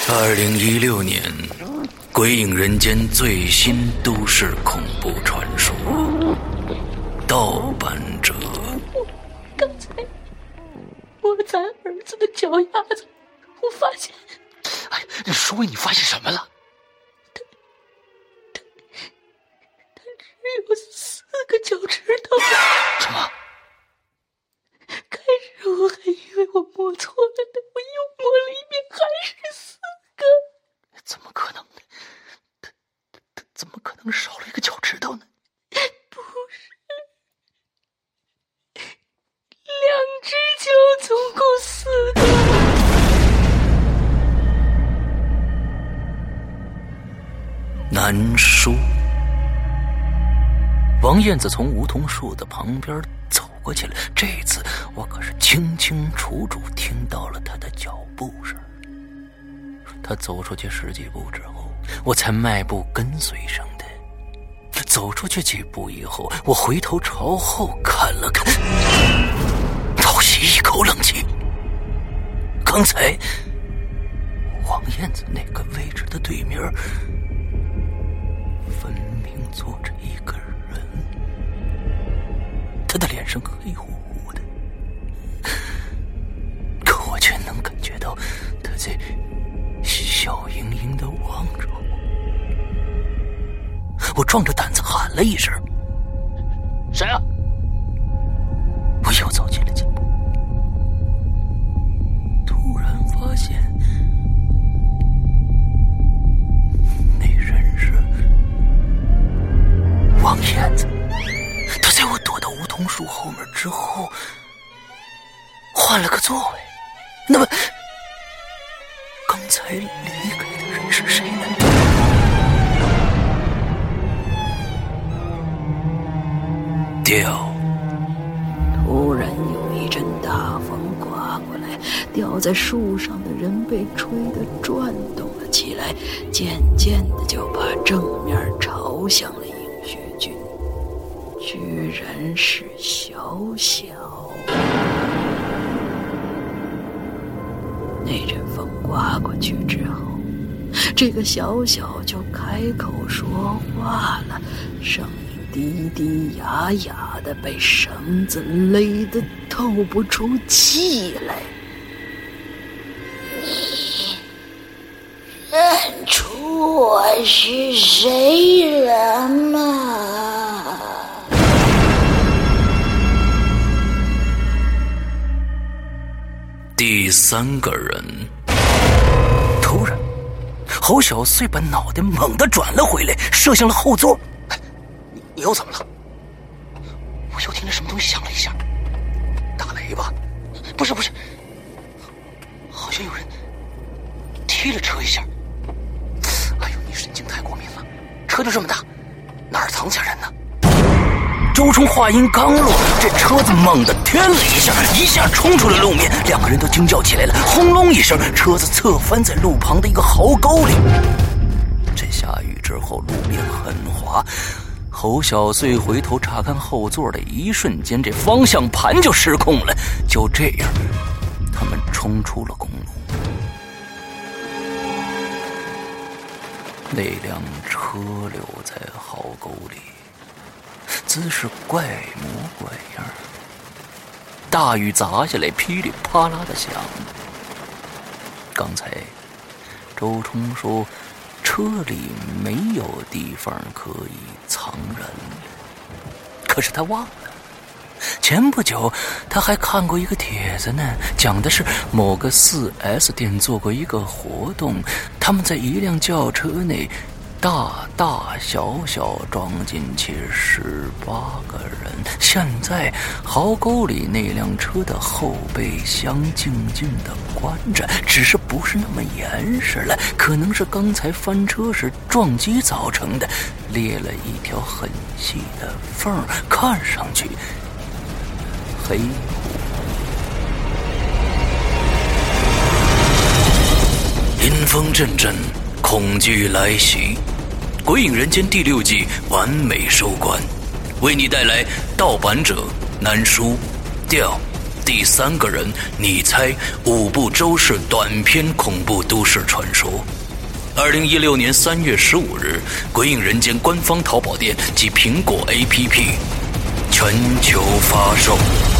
2016年，鬼影人间最新都市恐怖传说《盗版者》。 刚才我咱儿子的脚丫子，我发现。 哎，说你发现什么了？ 他只有4个脚趾头。 什么？ 开始我还以为我摸错了呢，我又摸了一遍，还是4个。 怎么可能呢？他怎么可能少了一个脚趾头呢？ 不是，2只脚总共4个。 难说。王燕子从梧桐树的旁边走过去了，这次我可是清清楚楚听到了他的脚步声。他走出去10几步之后，我才迈步跟随上的。走出去几步以后，我回头朝后看了看，倒吸一口冷气。刚才王燕子那个位置的对面分明坐着一个人，他的脸上黑乎乎的，可我却能感觉到他在笑盈盈地望着我。我壮着胆子喊了一声：“谁啊？”我又走近了几步，突然发现那人是王燕子。他在我躲到梧桐树后面之后换了个座位。那么刚才离开的人是谁呢？ 突然有一阵大风刮过来，吊在树上的人被吹得转动了起来，渐渐的就把正面朝向了尹学军，居然是小小。那阵风刮过去之后，这个小小就开口说话了，声音低低哑哑的，被绳子勒得透不出气来。 你认出我是谁了吗？ 第3个人。突然侯小碎把脑袋猛地转了回来，射向了后座。 你又怎么了？我又听着什么东西响了一下。打雷吧？不是，好像有人踢了车一下。哎呦，你神经太过敏了，车就这么大，哪儿藏下人呢？ 周冲话音刚落，这车子猛地颠了一下冲出了路面，2个人都惊叫起来了。轰隆一声，车子侧翻在路旁的一个壕沟里。这下雨之后路面很滑，侯小碎回头查看后座的一瞬间，这方向盘就失控了。就这样，他们冲出了公路。那辆车留在壕沟里，姿势怪模怪样，大雨砸下来，噼里啪啦的响。刚才周冲说车里没有地方可以藏人，可是他忘了，前不久他还看过一个帖子呢，讲的是某个 4S 店做过一个活动，他们在一辆轿车内大大小小装进去18个人。现在壕沟里那辆车的后备箱静静地关着，只是不是那么严实了，可能是刚才翻车时撞击造成的，裂了一条很细的缝，看上去黑乎。阴风阵阵，恐惧来袭，鬼影人间第6季完美收官，为你带来盗版者、难书、调第3个人，你猜5部周氏短篇恐怖都市传说。2016年3月15日，鬼影人间官方淘宝店及苹果 APP 全球发售。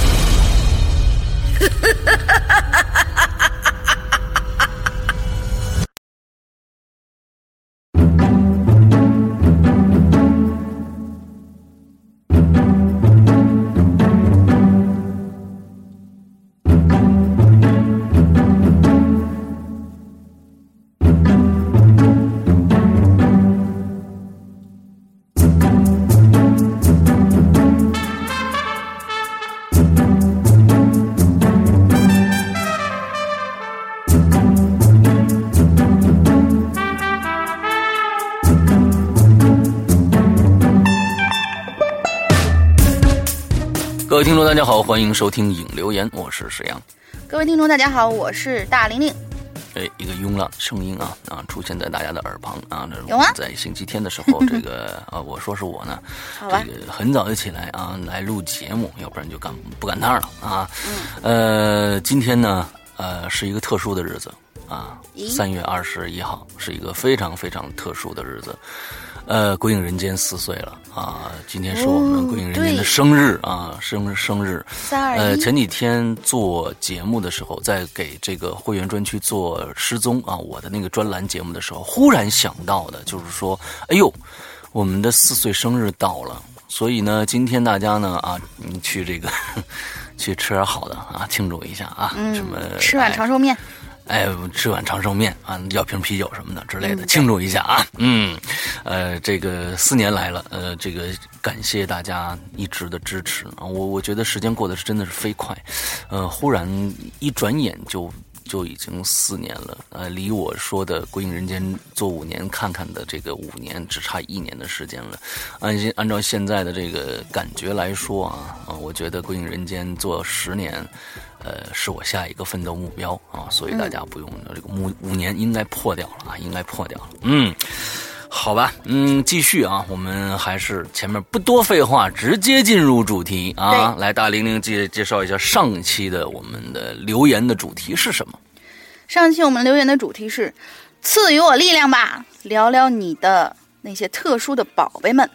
各位听众大家好，欢迎收听影留言，我是石阳。 各位听众大家好，我是大玲玲。 一个慵懒声音啊出现在大家的耳旁啊。 有吗？ 在星期天的时候，这个我说是我呢，这个很早就起来啊来录节目，要不然就不赶趟了啊。今天呢是一个特殊的日子啊，3月21号是一个非常非常特殊的日子。鬼影人间4岁了啊！今天是我们鬼影人间的生日啊，生日。前几天做节目的时候，在给这个会员专区做失踪啊我的那个专栏节目的时候，忽然想到的就是说，哎呦，我们的4岁生日到了，所以呢，今天大家呢去这个去吃点好的啊，庆祝一下啊，什么吃碗长寿面。 吃碗长寿面啊，要瓶啤酒什么的之类的，庆祝一下啊。这个4年来了，这个感谢大家一直的支持啊。我觉得时间过得是真的是飞快，忽然一转眼就已经4年了，离我说的鬼影人间做5年看看的这个5年只差1年的时间了。按照现在的这个感觉来说啊，我觉得鬼影人间做10年。是我下一个奋斗目标啊，所以大家不用这个5年应该破掉了啊，应该破掉了。好吧，继续啊，我们还是前面不多废话，直接进入主题啊。来，大玲玲介绍一下上期的我们的留言的主题是什么？ 上期我们留言的主题是赐予我力量吧，聊聊你的那些特殊的宝贝们。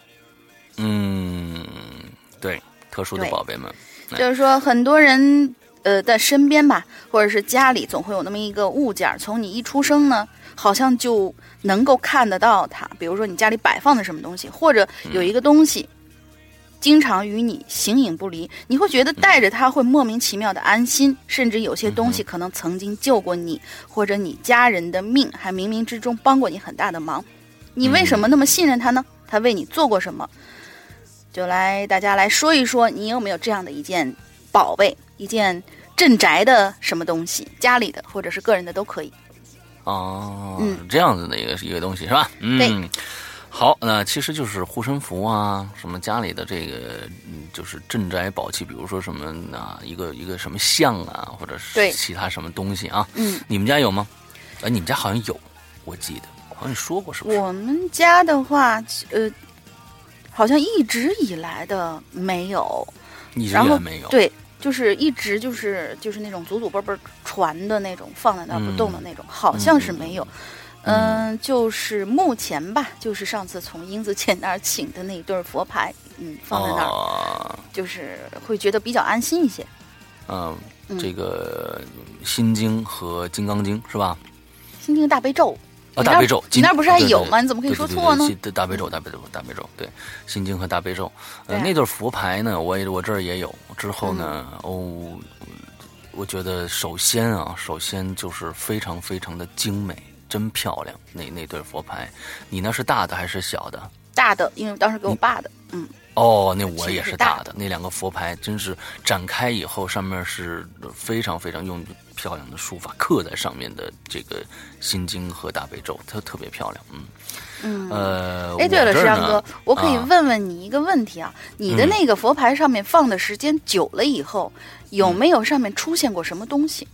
对，特殊的宝贝们， 就是说很多人的身边吧，或者是家里总会有那么一个物件，从你一出生呢，好像就能够看得到它。比如说你家里摆放的什么东西，或者有一个东西经常与你形影不离，你会觉得带着它会莫名其妙的安心，甚至有些东西可能曾经救过你或者你家人的命，还冥冥之中帮过你很大的忙。你为什么那么信任它呢？它为你做过什么？就大家来说一说，你有没有这样的一件宝贝，一件镇宅的什么东西，家里的或者是个人的都可以。 这样子的一个东西是吧？ 对。 好，那其实就是护身符啊，什么家里的这个就是镇宅宝器，比如说什么一个什么像啊，或者是其他什么东西啊。你们家有吗？你们家好像有，我记得好像你说过，是不是？ 我们家的话，好像一直以来的没有， 一直以来没有。 对。就是一直就是那种祖祖辈辈传的那种放在那儿不动的那种，好像是没有。就是目前吧，就是上次从英子姐那儿请的那一对佛牌，放在那儿，就是会觉得比较安心一些。 这个心经和金刚经是吧？ 心经大悲咒。 大悲咒， 你那不是还有吗？你怎么可以说错呢？ 大悲咒，对，心经和大悲咒，那对佛牌呢，我这儿也有。之后呢，我觉得首先就是非常非常的精美，真漂亮。那对佛牌，你那是大的还是小的？ 大的，因为当时给我爸的。 那我也是大的。那2个佛牌真是展开以后，上面是非常非常用漂亮的书法刻在上面的这个心经和大悲咒，它特别漂亮。 对了，石阳哥，我可以问问你一个问题啊，你的那个佛牌上面放的时间久了以后，有没有上面出现过什么东西？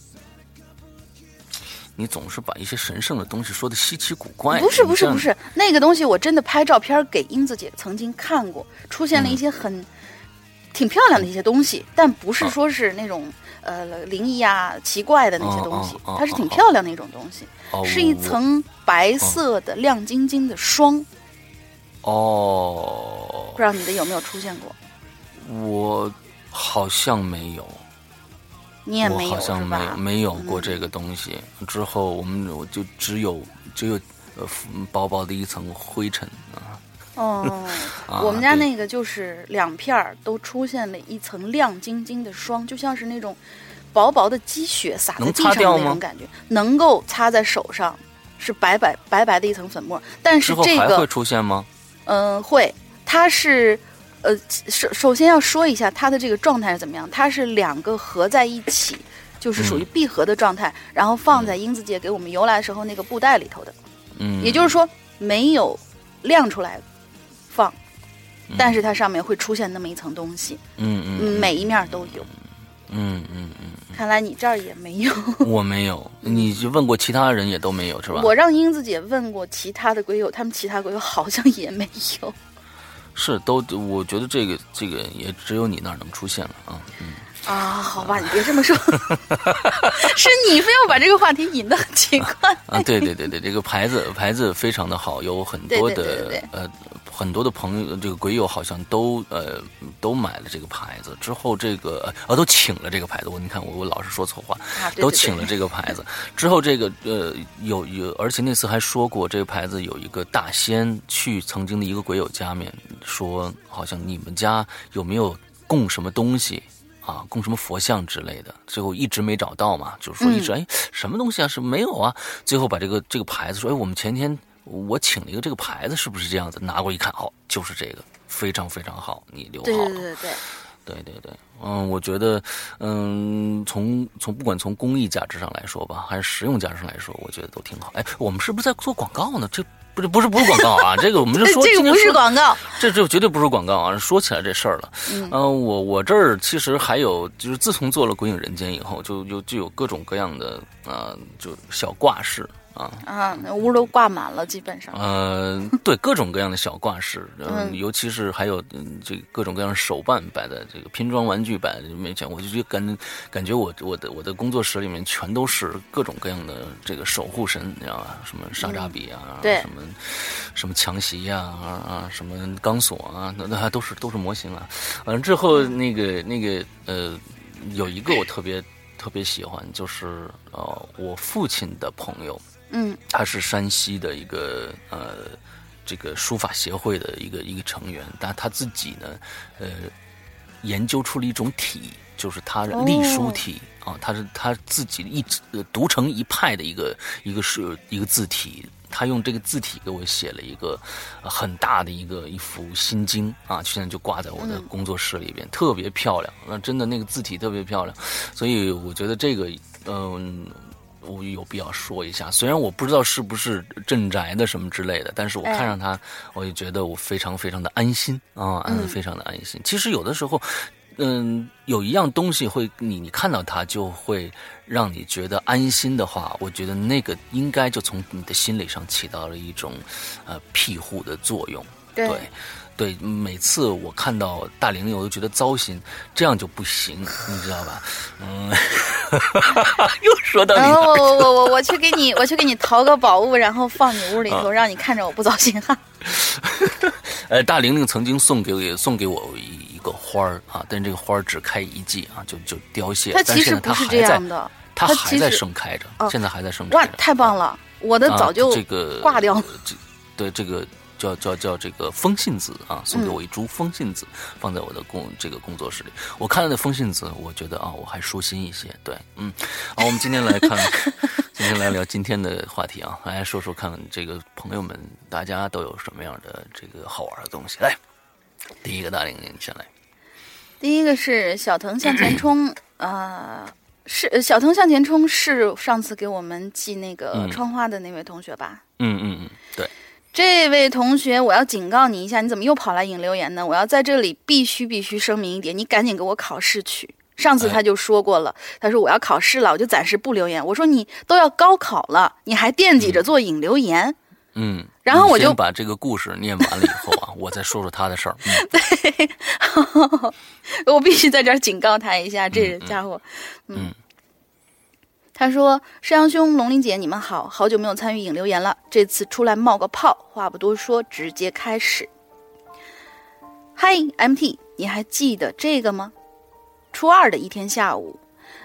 你总是把一些神圣的东西说的稀奇古怪。 不是，那个东西我真的拍照片给英子姐曾经看过，出现了一些很挺漂亮的一些东西，但不是说是那种灵异啊、奇怪的那些东西，它是挺漂亮的一种东西，是一层白色的亮晶晶的霜。不知道你的有没有出现过？ 我好像没有。 你也没有， 我好像没有过这个东西。之后我就只有薄薄的一层灰尘啊。 我们家那个就是2片都出现了一层亮晶晶的霜，就像是那种薄薄的积雪洒在地上的那种感觉，能够擦在手上，是白白的一层粉末。但是这个之后还会出现吗？ 会，它是首先要说一下它的这个状态是怎么样，它是2个合在一起，就是属于闭合的状态，然后放在英子姐给我们邮来的时候那个布袋里头的。也就是说没有亮出来放，但是它上面会出现那么一层东西。每一面都有。看来你这儿也没有。 我没有，你就问过其他人也都没有是吧？ 我让英子姐问过其他的鬼友，他们其他鬼友好像也没有。 是我觉得这个也只有你那儿能出现了啊。 好吧，你别这么说。是你非要把这个话题引得很奇怪。 对，这个牌子非常的好，有很多的很多的朋友，这个鬼友好像都买了这个牌子，之后这个都请了这个牌子。你看我老是说错话，都请了这个牌子。之后这个有，而且那次还说过，这个牌子有一个大仙去曾经的一个鬼友家面说，好像你们家有没有供什么东西供什么佛像之类的，最后一直没找到嘛，就是说一直什么东西啊，是没有啊。最后把这个牌子说，我们前天我请了一个这个牌子，是不是这样子？拿过一看，就是这个，非常非常好，你留好了。对，我觉得，从不管从工艺价值上来说吧，还是实用价值上来说，我觉得都挺好。我们是不是在做广告呢？这不是广告啊，这个我们就说这个不是广告， 这绝对不是广告啊！说起来这事儿了，我这儿其实还有，就是自从做了《鬼影人间》以后，就有各种各样的就小挂饰。 那屋都挂满了，基本上。 对，各种各样的小挂饰，尤其是还有这个各种各样的手办摆在这个拼装玩具摆在面前，我就觉得感觉我的工作室里面全都是各种各样的这个守护神，你知道吧？什么沙扎比啊， 对， 什么强袭啊，什么钢索啊，那都是模型啊。完了之后，那个有一个我特别喜欢，就是我父亲的朋友。他是山西的一个这个书法协会的一个成员，但他自己呢，研究出了一种体，就是他隶书体他是他自己独成一派的一个字体。他用这个字体给我写了一个很大的一幅心经现在就挂在我的工作室里边，特别漂亮。那真的那个字体特别漂亮，所以我觉得这个我有必要说一下，虽然我不知道是不是镇宅的什么之类的，但是我看上它，我就觉得我非常非常的安心非常的安心。其实有的时候，有一样东西会你看到它就会让你觉得安心的话，我觉得那个应该就从你的心理上起到了一种庇护的作用。对，每次我看到大玲玲，我都觉得糟心，这样就不行，你知道吧？又说到你我去给你淘个宝物，然后放你屋里头，让你看着我不糟心哈。 大玲玲曾经送给我一个花儿但这个花儿只开一季就凋谢。 它其实不是这样的， 它还在盛开着，现在还在盛开着。 哇，太棒了！我的早就挂掉了。 对，这个叫这个风信子送给我一株风信子，放在我的工作室里。我看到那风信子，我觉得我还舒心一些。对，好，我们今天来看，今天来聊今天的话题来说说看这个朋友们大家都有什么样的这个好玩的东西。来，第一个大玲玲先来。 第一个是小藤向前冲，是小藤向前冲是上次给我们寄那个窗花的那位同学吧？ 对。 这位同学，我要警告你一下，你怎么又跑来引留言呢？我要在这里必须声明一点，你赶紧给我考试去。上次他就说过了，他说我要考试了，我就暂时不留言。我说你都要高考了，你还惦记着做引留言？然后我就把这个故事念完了以后我再说说他的事儿。 对，我必须在这儿警告他一下，这家伙，他说：“山羊兄、龙鳞姐，你们好，好久没有参与引留言了，这次出来冒个泡，话不多说，直接开始。嗨 ，MT， 你还记得这个吗？初二的一天下午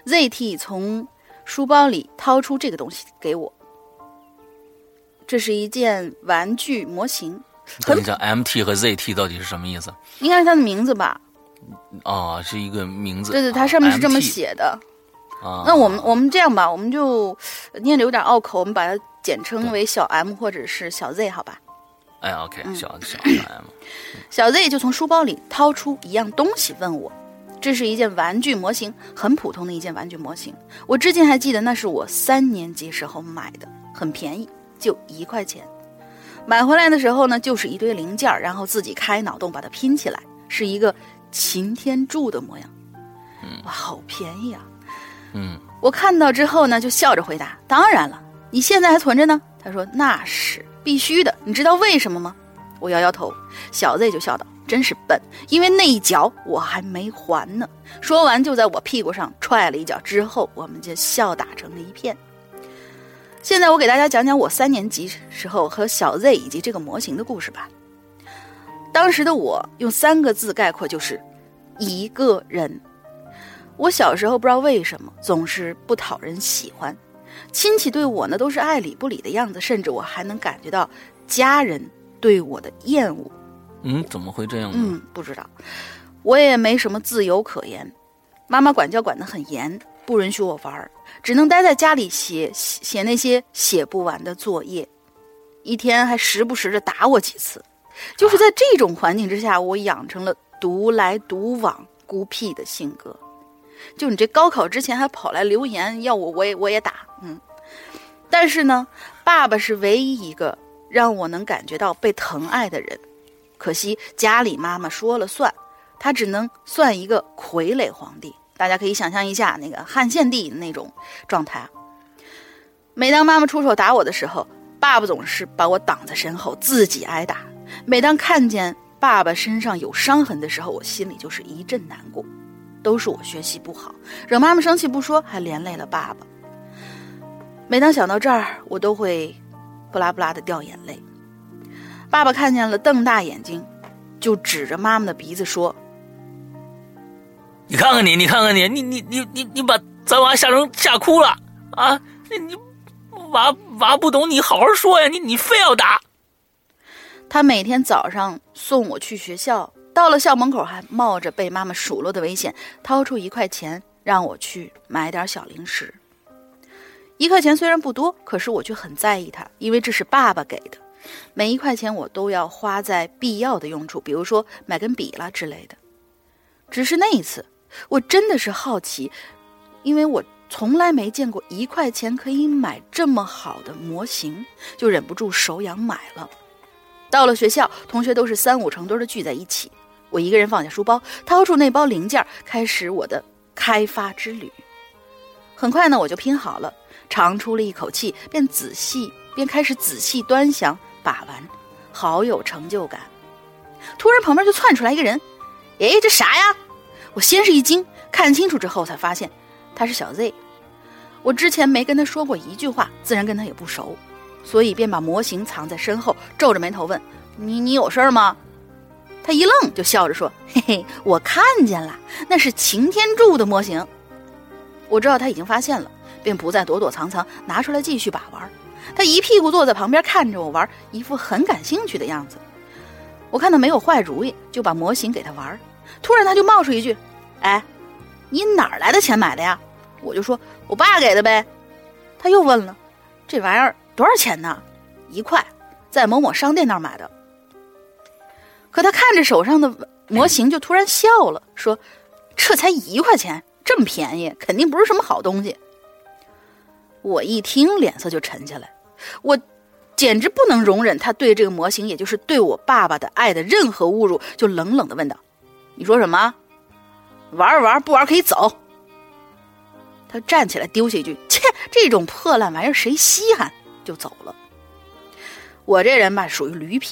，ZT 从书包里掏出这个东西给我，这是一件玩具模型。 等一下 ，MT 和 ZT 到底是什么意思？ 应该是他的名字吧？ 啊，是一个名字。 对对，它上面是这么写的。那我们这样吧，我们就念着有点拗口，我们把它简称为小 M 或者是小 Z， 好吧？ 哎 ，OK， 小 M。 小 Z 就从书包里掏出一样东西问我，这是一件玩具模型，很普通的一件玩具模型。我至今还记得，那是我3年级时候买的，很便宜，就1块钱。买回来的时候呢，就是一堆零件，然后自己开脑洞把它拼起来，是一个擎天柱的模样。哇，好便宜啊！我看到之后呢，就笑着回答：“当然了，你现在还存着呢。”他说：“那是必须的，你知道为什么吗？”我摇摇头，小 Z 就笑道：“真是笨，因为那一脚我还没还呢。”说完就在我屁股上踹了一脚，之后我们就笑打成了一片。现在我给大家讲讲我3年级时候和小 Z 以及这个模型的故事吧。当时的我用3个字概括，就是一个人。我小时候不知道为什么总是不讨人喜欢，亲戚对我呢都是爱理不理的样子，甚至我还能感觉到家人对我的厌恶。 怎么会这样呢？ 不知道，我也没什么自由可言。妈妈管教管得很严，不允许我玩，只能待在家里写那些写不完的作业，一天还时不时的打我几次。就是在这种环境之下，我养成了独来独往、孤僻的性格。就你这高考之前还跑来留言要我也打，但是呢，爸爸是唯一一个让我能感觉到被疼爱的人。可惜家里妈妈说了算，他只能算一个傀儡皇帝。大家可以想象一下那个汉献帝的那种状态啊。每当妈妈出手打我的时候，爸爸总是把我挡在身后，自己挨打。每当看见爸爸身上有伤痕的时候，我心里就是一阵难过。都是我学习不好，惹妈妈生气不说，还连累了爸爸。每当想到这儿，我都会不拉不拉的掉眼泪。爸爸看见了，瞪大眼睛，就指着妈妈的鼻子说：“ 你看看你，你把咱娃吓哭了啊！你娃不懂，你好好说呀，你非要打。” 他每天早上送我去学校，到了校门口还冒着被妈妈数落的危险，掏出1块钱让我去买点小零食。1块钱虽然不多，可是我却很在意它，因为这是爸爸给的。每1块钱我都要花在必要的用处，比如说买根笔啦之类的。只是那一次，我真的是好奇，因为我从来没见过1块钱可以买这么好的模型，就忍不住手痒买了。到了学校，同学都是3、5成堆的聚在一起，我一个人放下书包，掏出那包零件，开始我的开发之旅。很快呢，我就拼好了，长出了一口气，便开始仔细端详把玩，好有成就感。突然旁边就窜出来一个人，这啥呀？我先是一惊，看清楚之后才发现他是小 Z。 我之前没跟他说过一句话，自然跟他也不熟，所以便把模型藏在身后，皱着眉头问：你有事吗？他一愣，就笑着说：嘿嘿，我看见了，那是擎天柱的模型。我知道他已经发现了，便不再躲躲藏藏，拿出来继续把玩。他一屁股坐在旁边看着我玩，一副很感兴趣的样子。我看他没有坏主意，就把模型给他玩。突然他就冒出一句：你哪儿来的钱买的呀？我就说我爸给的呗。他又问了：这玩意儿多少钱呢？1块，在某某商店那儿买的。可他看着手上的模型就突然笑了，说：这才1块钱，这么便宜，肯定不是什么好东西。我一听脸色就沉下来，我简直不能容忍他对这个模型，也就是对我爸爸的爱的任何侮辱，就冷冷地问道：你说什么？玩玩，不玩可以走。他站起来丢下一句：切，这种破烂玩意儿谁稀罕，就走了。我这人吧属于驴脾气，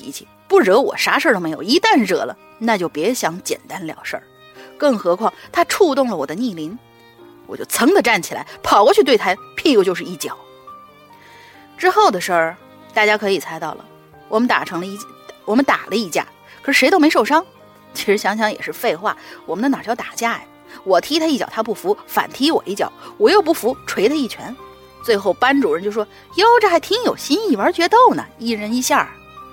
不惹我啥事儿都没有，一旦惹了，那就别想简单了事儿。更何况他触动了我的逆鳞，我就噌地站起来，跑过去对他屁股就是一脚。之后的事儿大家可以猜到了，我们打了一架，可是谁都没受伤。其实想想也是废话，我们的哪叫打架呀？我踢他一脚他不服，反踢我一脚，我又不服，捶他一拳。最后班主任就说：“哟，这还挺有新意，玩决斗呢，一人一下。”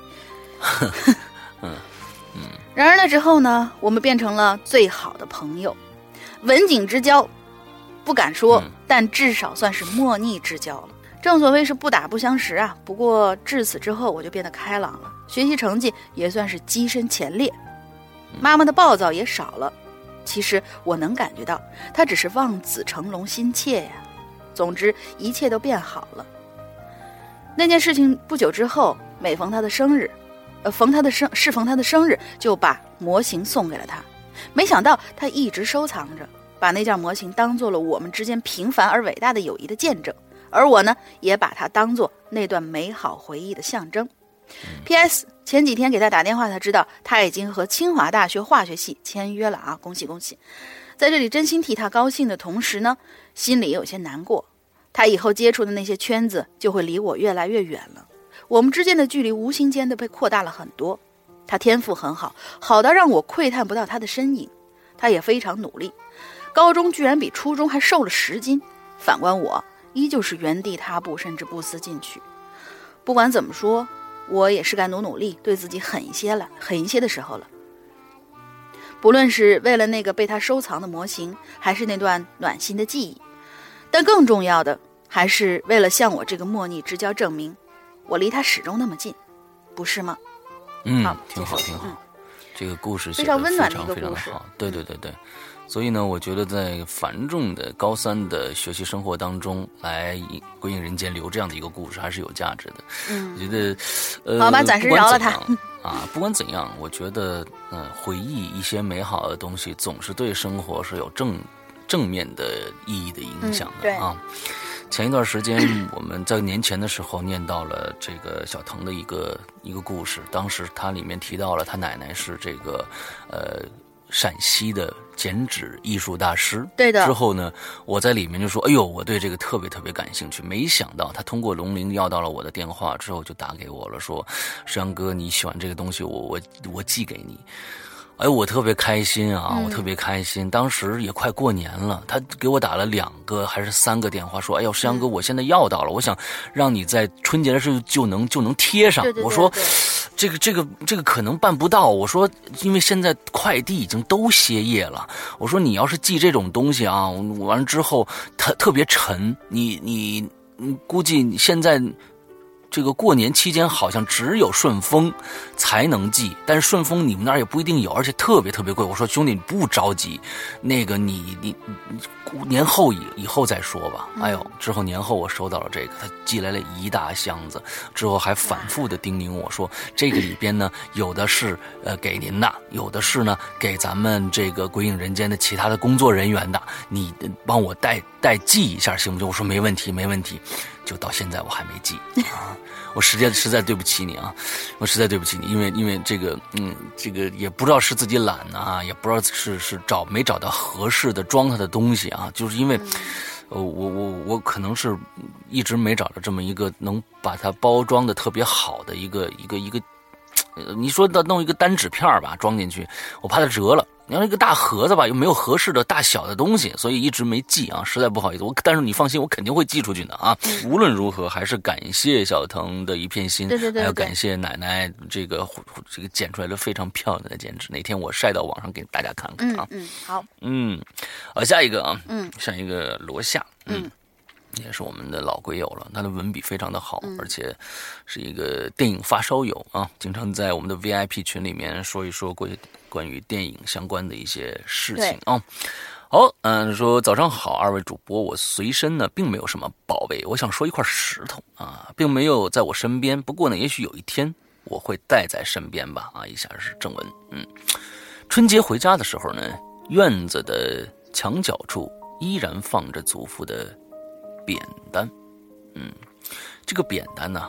然而那之后呢，我们变成了最好的朋友，文景之交，不敢说，但至少算是莫逆之交了。正所谓是不打不相识啊。不过至此之后，我就变得开朗了，学习成绩也算是跻身前列，妈妈的暴躁也少了。其实我能感觉到，她只是望子成龙心切呀。总之，一切都变好了。那件事情不久之后，每逢他的生日，逢他的生日，就把模型送给了他。没想到他一直收藏着，把那件模型当做了我们之间平凡而伟大的友谊的见证。而我呢，也把它当做那段美好回忆的象征。P.S. 前几天给他打电话才知道，他已经和清华大学化学系签约了啊！恭喜恭喜！在这里真心替他高兴的同时呢，心里也有些难过。他以后接触的那些圈子就会离我越来越远了，我们之间的距离无形间的被扩大了很多。他天赋很好，好到让我窥探不到他的身影。他也非常努力，高中居然比初中还瘦了10斤。反观我，依旧是原地踏步，甚至不思进取。不管怎么说，我也是该努力，对自己狠一些的时候了。不论是为了那个被他收藏的模型，还是那段暖心的记忆，但更重要的还是为了向我这个莫逆之交证明，我离他始终那么近，不是吗？ 好，挺好挺好。这个故事写得非常温暖的一个非常故事。 好，对。所以呢，我觉得在繁重的高三的学习生活当中，来归隐人间留这样的一个故事，还是有价值的。我觉得， 好吧，暂时饶了他。 不管怎样，我觉得，回忆一些美好的东西，总是对生活是有正面的意义的影响的啊。前一段时间我们在年前的时候念到了这个小腾的一个故事，当时他里面提到了他奶奶是这个陕西的剪纸艺术大师。 对的。 之后呢，我在里面就说，哎呦，我对这个特别特别感兴趣。没想到他通过龙鳞要到了我的电话之后，就打给我了，说石阳哥，你喜欢这个东西，我寄给你。哎，我特别开心啊！我特别开心。当时也快过年了，他给我打了2个还是3个电话，说：“哎呦，石阳哥，我现在要到了，我想让你在春节的时候就能贴上。” 对。 我说：“这个可能办不到。”我说：“因为现在快递已经都歇业了。”我说：“你要是寄这种东西啊，完了之后它特别沉，你估计你现在。”这个过年期间好像只有顺丰才能寄，但是顺丰你们那儿也不一定有，而且特别特别贵。我说兄弟，你不着急，那个你年后以后再说吧。哎呦，之后年后我收到了这个，他寄来了一大箱子，之后还反复的叮咛我说，这个里边呢有的是给您的，有的是呢给咱们这个归隐人间的其他的工作人员的，你帮我代寄一下行不行？我说没问题。就到现在我还没寄啊，我实在对不起你啊，我实在对不起你，因为这个这个也不知道是自己懒啊，也不知道是没找到合适的装它的东西啊，就是因为我可能是一直没找到这么一个能把它包装的特别好的一个你说的弄一个单纸片吧装进去，我怕它折了。你要一个大盒子吧，又没有合适的大小的东西，所以一直没寄啊，实在不好意思。但是你放心，我肯定会寄出去的啊。无论如何，还是感谢小腾的一片心， 对， 还要感谢奶奶这个剪出来的非常漂亮的剪纸，哪天我晒到网上给大家看看啊。 好。 下一个啊，下一个罗夏，也是我们的老鬼友了，他的文笔非常的好，而且是一个电影发烧友啊，经常在我们的 VIP 群里面说一说关于电影相关的一些事情啊。好，说早上好，二位主播，我随身呢并没有什么宝贝，我想说一块石头啊，并没有在我身边，不过呢，也许有一天我会带在身边吧。啊，以下是正文，春节回家的时候呢，院子的墙角处依然放着祖父的扁担，这个扁担呢，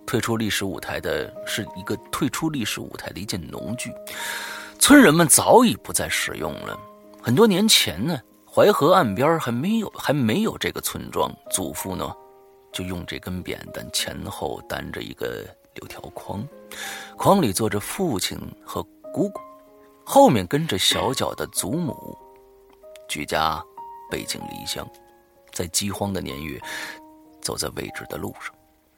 退出历史舞台的一件农具，村人们早已不再使用了。很多年前呢，淮河岸边还没有这个村庄，祖父呢就用这根扁担前后担着一个柳条筐，筐里坐着父亲和姑姑，后面跟着小脚的祖母，举家背井离乡，在饥荒的年月走在未知的路上，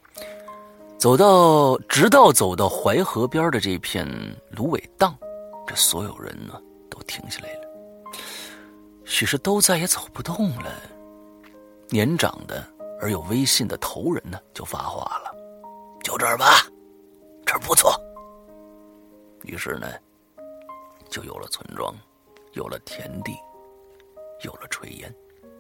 直到走到淮河边的这片芦苇荡，这所有人呢都停下来了，许是都再也走不动了。年长的而有威信的头人呢就发话了：“就这儿吧，这儿不错。”于是呢，就有了村庄，有了田地，有了炊烟。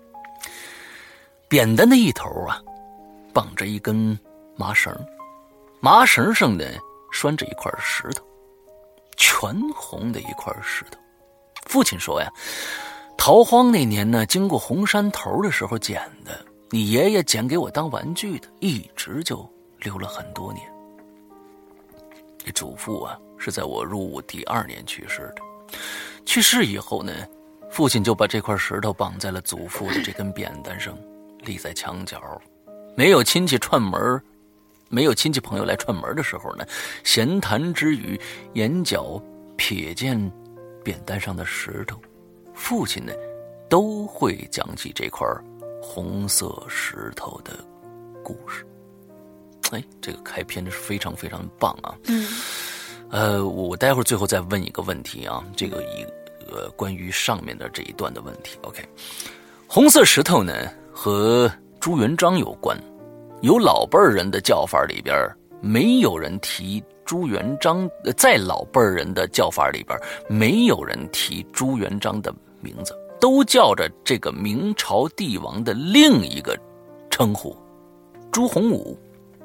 扁担的一头啊，绑着一根麻绳，麻绳上呢拴着一块石头，全红的一块石头。父亲说呀，逃荒那年呢，经过红山头的时候捡的，你爷爷捡给我当玩具的，一直就留了很多年。这祖父啊，是在我入伍第2年去世的。去世以后呢，父亲就把这块石头绑在了祖父的这根扁担上，立在墙角。没有亲戚朋友来串门的时候呢，闲谈之余，眼角瞥见扁担上的石头，父亲呢都会讲起这块红色石头的故事。这个开篇是非常非常棒啊。我待会儿最后再问一个问题啊，这个关于上面的这一段的问题。 OK， 红色石头呢和朱元璋有关，有老辈人的叫法里边没有人提朱元璋，在老辈人的叫法里边没有人提朱元璋的名字，都叫着这个明朝帝王的另一个称呼朱洪武。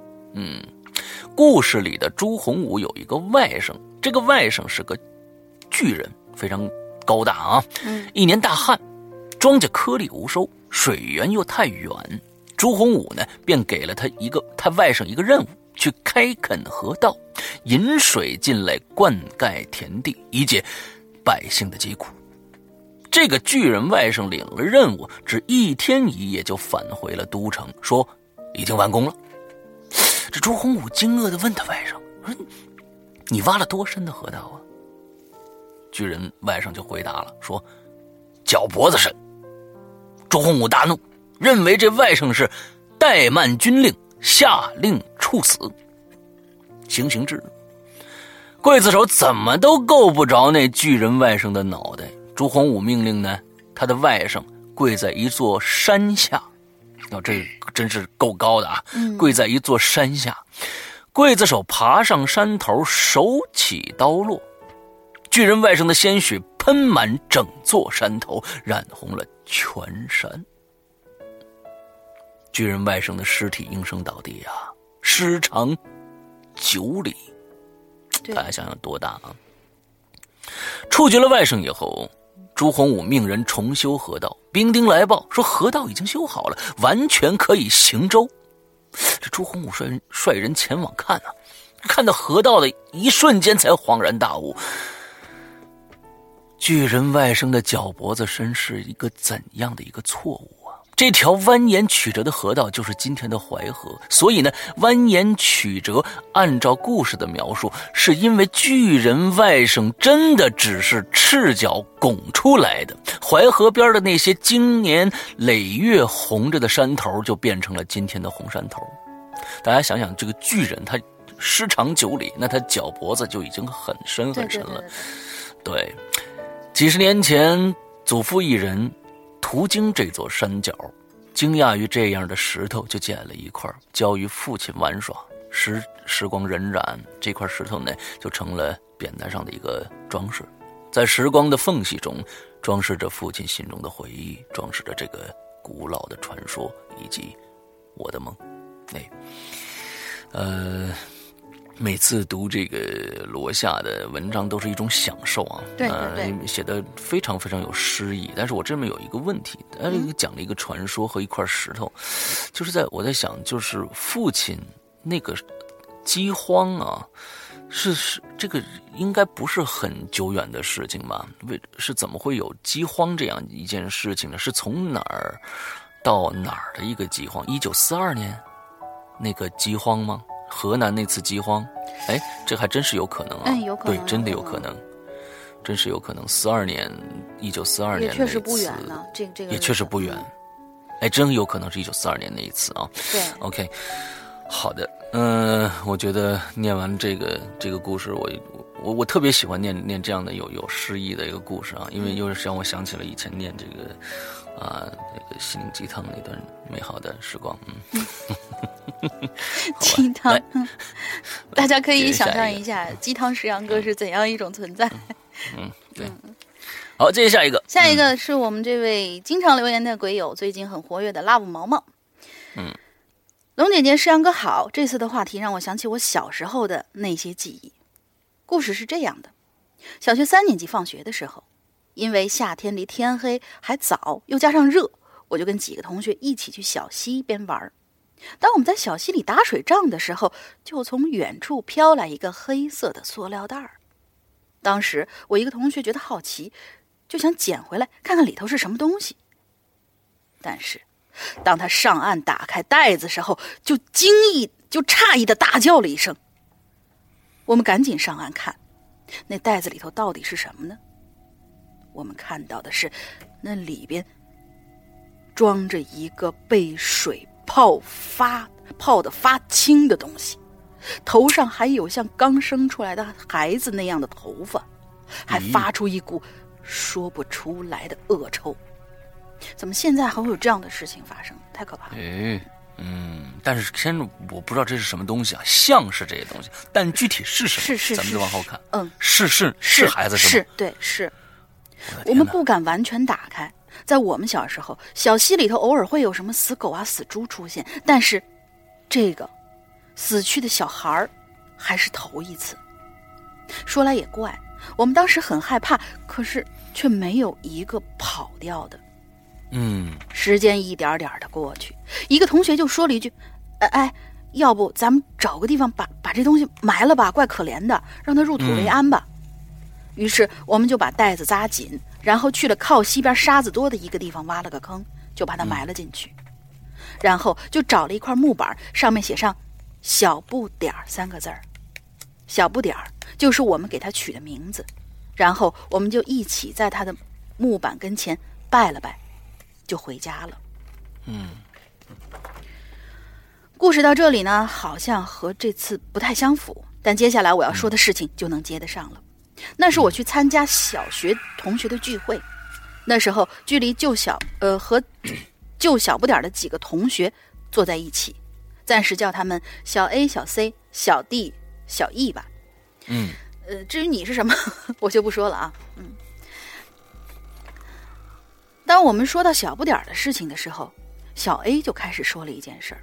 故事里的朱洪武有一个外甥，这个外甥是个巨人，非常高大啊。一年大旱，庄稼颗粒无收，水源又太远，朱洪武呢便给了他外甥一个任务，去开垦河道，引水进来灌溉田地，以解百姓的疾苦。这个巨人外甥领了任务，只1天1夜就返回了都城，说已经完工了。这朱洪武惊愕地问他外甥说：“你挖了多深的河道啊？”巨人外甥就回答了，说：“脚脖子深。”朱洪武大怒，认为这外甥是怠慢军令，下令处死。行刑制，刽子手怎么都够不着那巨人外甥的脑袋。朱洪武命令呢，他的外甥跪在一座山下。这真是够高的啊！跪在一座山下，刽子手爬上山头，手起刀落，巨人外甥的鲜血喷满整座山头，染红了全山。巨人外甥的尸体应声倒地啊，尸长9里，大家想想多大啊！处决了外甥以后，朱洪武命人重修河道，兵丁来报说河道已经修好了，完全可以行舟。这朱洪武率人前往看啊，看到河道的一瞬间才恍然大悟，巨人外甥的脚脖子深是一个怎样的一个错误啊！这条蜿蜒曲折的河道就是今天的淮河，所以呢，蜿蜒曲折，按照故事的描述，是因为巨人外甥真的只是赤脚拱出来的，淮河边的那些经年累月红着的山头就变成了今天的红山头。大家想想，这个巨人他尸长9里，那他脚脖子就已经很深很深了。对，几十年前，祖父一人途经这座山脚，惊讶于这样的石头，就捡了一块交于父亲玩耍。时光荏苒，这块石头呢就成了扁担上的一个装饰，在时光的缝隙中装饰着父亲心中的回忆，装饰着这个古老的传说以及我的梦。每次读这个罗夏的文章都是一种享受啊， 对， 写的非常非常有诗意。但是我这边有一个问题，讲了一个传说和一块石头，就是我在想，就是父亲那个饥荒啊，是这个应该不是很久远的事情吧？是怎么会有饥荒这样一件事情呢？是从哪儿到哪儿的一个饥荒？1942年那个饥荒吗？河南那次饥荒？哎，这还真是有可能啊！ 有可能， 对，真的有可能，真是有可能。1942年也确实不远了，这个也确实不远。哎，真有可能是1942年那一次啊。 对 ，OK， 好的，我觉得念完这个故事，我特别喜欢念这样的有诗意的一个故事啊，因为又是让我想起了以前念这个那个心灵鸡汤那段美好的时光。 鸡汤，大家可以想象一下鸡汤石阳哥是怎样一种存在。 对。好，接下一个。 下一个是我们这位经常留言的鬼友，最近很活跃的 Love 毛毛。龙姐姐，石阳哥好。这次的话题让我想起我小时候的那些记忆。故事是这样的：小学3年级放学的时候，因为夏天离天黑还早，又加上热，我就跟几个同学一起去小溪边玩。当我们在小溪里打水仗的时候，就从远处飘来一个黑色的塑料袋儿。当时我一个同学觉得好奇，就想捡回来看看里头是什么东西。但是当他上岸打开袋子时候，就诧异的大叫了一声。我们赶紧上岸看，那袋子里头到底是什么呢？我们看到的是那里边装着一个被水泡得发青的东西，头上还有像刚生出来的孩子那样的头发，还发出一股说不出来的恶臭。怎么现在还会有这样的事情发生？太可怕了。 但是先我不知道这是什么东西啊，像是这些东西，但具体是什么？ 是咱们再往后看。 是孩子是吗？ 对，是。我们不敢完全打开。在我们小时候，小溪里头偶尔会有什么死狗啊、死猪出现，但是这个死去的小孩还是头一次。说来也怪，我们当时很害怕，可是却没有一个跑掉的。时间一点点的过去，一个同学就说了一句：“哎，要不咱们找个地方把这东西埋了吧，怪可怜的，让它入土为安吧。”于是我们就把袋子扎紧，然后去了靠西边沙子多的一个地方，挖了个坑，就把它埋了进去。然后就找了一块木板，上面写上“小不点儿”3个字儿。小不点儿就是我们给它取的名字。然后我们就一起在他的木板跟前拜了拜，就回家了。故事到这里呢，好像和这次不太相符，但接下来我要说的事情就能接得上了。那是我去参加小学同学的聚会，那时候距离和就小不点的几个同学坐在一起，暂时叫他们小 A、小 C、小 D、小 E 吧。至于你是什么，我就不说了啊。当我们说到小不点的事情的时候，小 A 就开始说了一件事儿。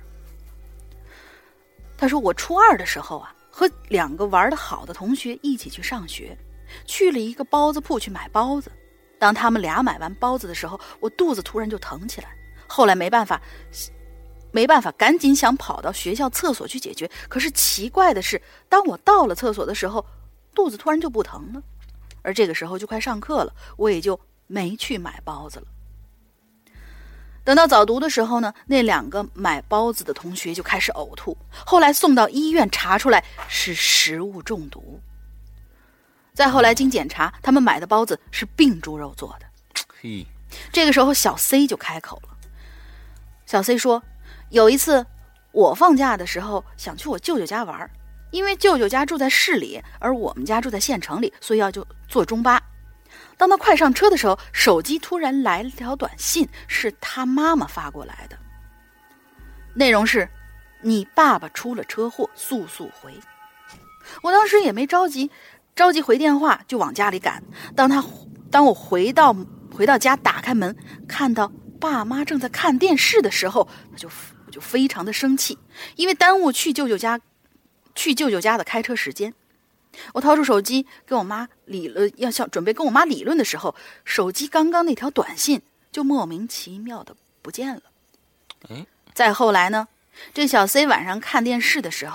他说我初2的时候啊，和2个玩得好的同学一起去上学，去了一个包子铺去买包子。当他们俩买完包子的时候，我肚子突然就疼起来。后来没办法，赶紧想跑到学校厕所去解决。可是奇怪的是，当我到了厕所的时候，肚子突然就不疼了。而这个时候就快上课了，我也就没去买包子了。等到早读的时候呢，那2个买包子的同学就开始呕吐，后来送到医院查出来是食物中毒。再后来经检查，他们买的包子是病猪肉做的。这个时候小 C 就开口了。小 C 说，有一次我放假的时候想去我舅舅家玩，因为舅舅家住在市里，而我们家住在县城里，所以要就坐中巴。当他快上车的时候，手机突然来了条短信，是他妈妈发过来的，内容是你爸爸出了车祸，速速回。我当时也没着急回电话，就往家里赶。当我回到家，打开门看到爸妈正在看电视的时候，我就非常的生气，因为耽误去舅舅家的开车时间。我掏出手机跟我妈准备跟我妈理论的时候，手机刚刚那条短信就莫名其妙的不见了。再后来呢，这小 C 晚上看电视的时候，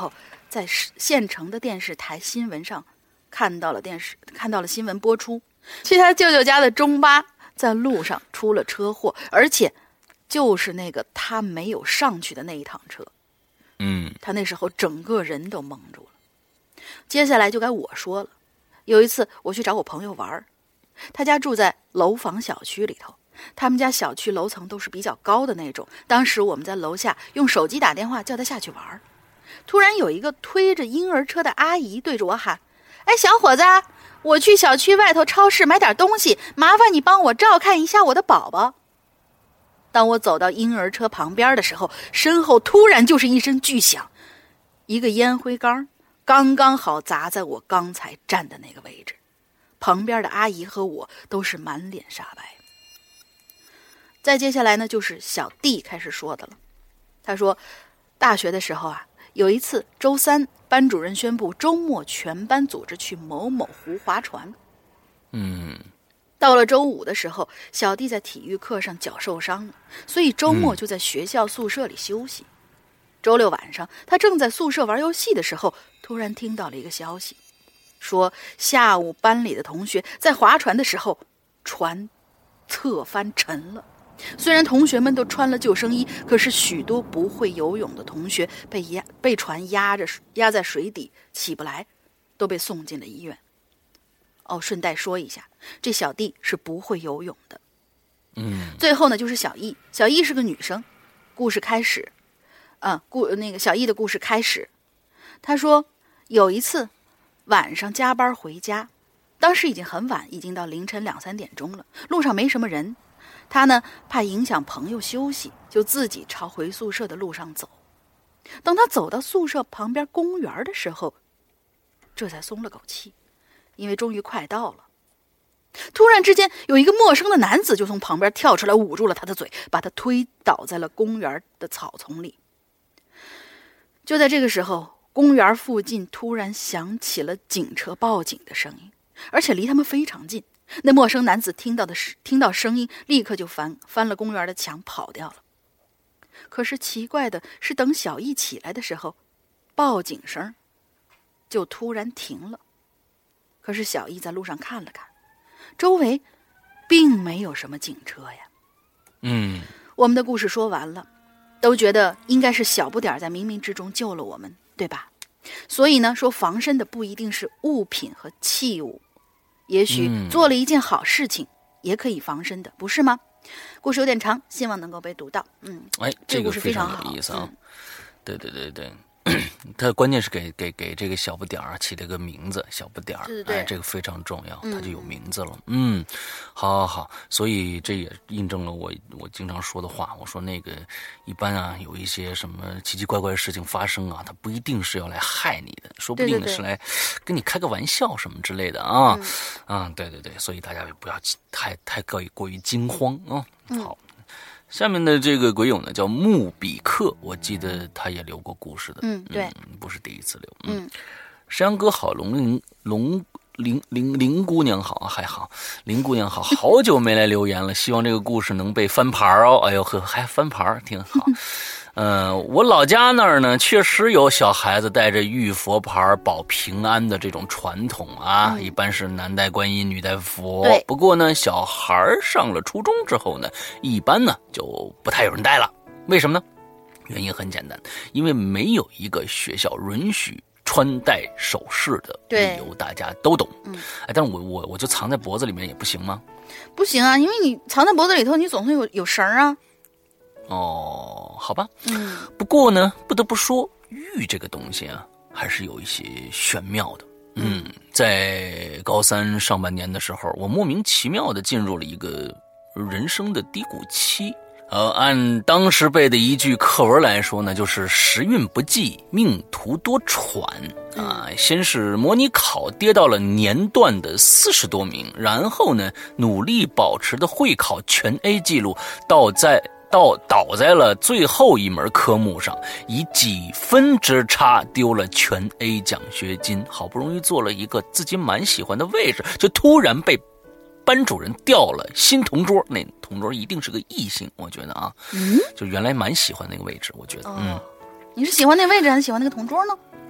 在县城的电视台新闻上看到了新闻播出，去他舅舅家的中巴在路上出了车祸，而且就是那个他没有上去的那一趟车。他那时候整个人都蒙住了。接下来就该我说了。有一次我去找我朋友玩，他家住在楼房小区里头，他们家小区楼层都是比较高的那种。当时我们在楼下用手机打电话叫他下去玩，突然有一个推着婴儿车的阿姨对着我喊：哎，小伙子，我去小区外头超市买点东西，麻烦你帮我照看一下我的宝宝。当我走到婴儿车旁边的时候，身后突然就是一声巨响，一个烟灰缸刚刚好砸在我刚才站的那个位置。旁边的阿姨和我都是满脸煞白。再接下来呢，就是小弟开始说的了。他说大学的时候啊，有一次周三班主任宣布周末全班组织去某某湖划船。到了周五的时候，小弟在体育课上脚受伤了，所以周末就在学校宿舍里休息。周六晚上他正在宿舍玩游戏的时候，突然听到了一个消息，说下午班里的同学在划船的时候，船侧翻沉了。虽然同学们都穿了救生衣，可是许多不会游泳的同学被船压在水底起不来，都被送进了医院。顺带说一下，这小弟是不会游泳的。最后呢，就是小易。小易是个女生。故事开始，那个小易的故事开始。她说有一次晚上加班回家，当时已经很晚，已经到凌晨2、3点钟了，路上没什么人。她呢怕影响朋友休息，就自己朝回宿舍的路上走。当她走到宿舍旁边公园的时候，这才松了口气，因为终于快到了。突然之间，有一个陌生的男子就从旁边跳出来，捂住了他的嘴，把他推倒在了公园的草丛里。就在这个时候，公园附近突然响起了警车报警的声音，而且离他们非常近。那陌生男子听到声音，立刻就翻了公园的墙跑掉了。可是奇怪的是，等小易起来的时候，报警声就突然停了。可是小易在路上看了看，周围并没有什么警车呀。我们的故事说完了，都觉得应该是小不点在冥冥之中救了我们，对吧？所以呢，说防身的不一定是物品和器物，也许做了一件好事情也可以防身的，不是吗？故事有点长，希望能够被读到。这个故事非常有意思啊。对，他关键是给这个小不点儿起了个名字，小不点儿， 对， 这个非常重要，他就有名字了。好，所以这也印证了我经常说的话，我说那个一般啊，有一些什么奇奇怪怪的事情发生啊，它不一定是要来害你的，说不定是来跟你开个玩笑什么之类的啊。对，所以大家也不要太过于惊慌啊。好。下面的这个鬼友呢叫穆比克，我记得他也留过故事的。对，不是第一次留。山羊哥好，林姑娘好，还好，林姑娘好，好久没来留言了，希望这个故事能被翻牌哦。哎呦呵，还翻牌，挺好。我老家那儿呢，确实有小孩子带着玉佛牌保平安的这种传统啊，一般是男带观音，女带佛。不过呢，小孩上了初中之后呢，一般呢就不太有人带了。为什么呢？原因很简单，因为没有一个学校允许穿戴首饰的理由，大家都懂。但是我就藏在脖子里面也不行吗？ 不行啊，因为你藏在脖子里头，你总会有绳啊。 好吧。不过呢，不得不说，玉这个东西啊，还是有一些玄妙的。在高3上半年的时候，我莫名其妙的进入了一个人生的低谷期。按当时背的一句课文来说呢，就是时运不济，命途多舛啊。先是模拟考跌到了年段的40多名，然后呢，努力保持的会考全 A 记录倒在了最后一门科目上，以几分之差丢了全 A 奖学金。好不容易做了一个自己蛮喜欢的位置，就突然被班主任调了新同桌，那同桌一定是个异性，我觉得啊。就原来蛮喜欢那个位置，我觉得。你是喜欢那位置还是喜欢那个同桌呢？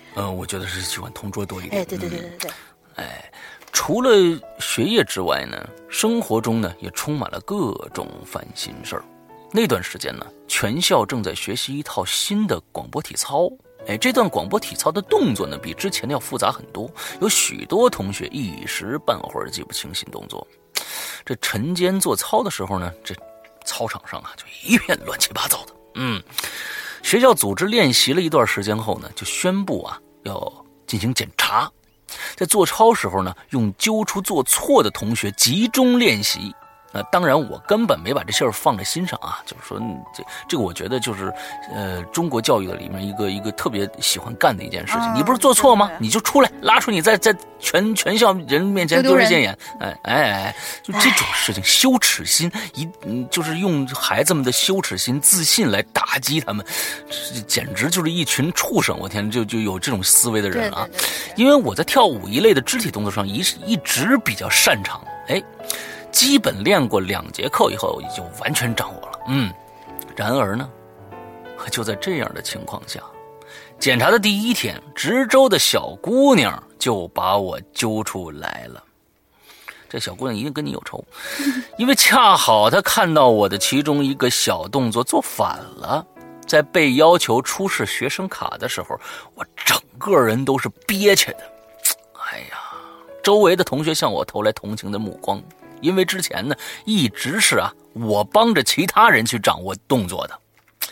我觉得是喜欢同桌多一点。 哎，对对对对对。 除了学业之外呢，生活中呢也充满了各种烦心事儿。那段时间呢，全校正在学习一套新的广播体操。这段广播体操的动作呢，比之前的要复杂很多，有许多同学一时半会儿记不清新动作。这晨间做操的时候呢，这操场上啊就一片乱七八糟的。学校组织练习了一段时间后呢，就宣布啊要进行检查。在做操时候呢，用揪出做错的同学集中练习。当然我根本没把这事儿放在心上啊，就是说这个我觉得就是中国教育的里面一个特别喜欢干的一件事情。你不是做错吗？你就出来，拉出你在全校人面前丢人现眼。就这种事情，羞耻心就是用孩子们的羞耻心、自信来打击他们，简直就是一群畜生！我天，就有这种思维的人啊！ 对。 因为我在跳舞一类的肢体动作上一直比较擅长，基本练过2节课以后，就完全掌握了。然而呢，就在这样的情况下，检查的第一天，值周的小姑娘就把我揪出来了。这小姑娘一定跟你有仇，因为恰好她看到我的其中一个小动作做反了。在被要求出示学生卡的时候，我整个人都是憋屈的。周围的同学向我投来同情的目光。因为之前呢，一直是我帮着其他人去掌握动作的。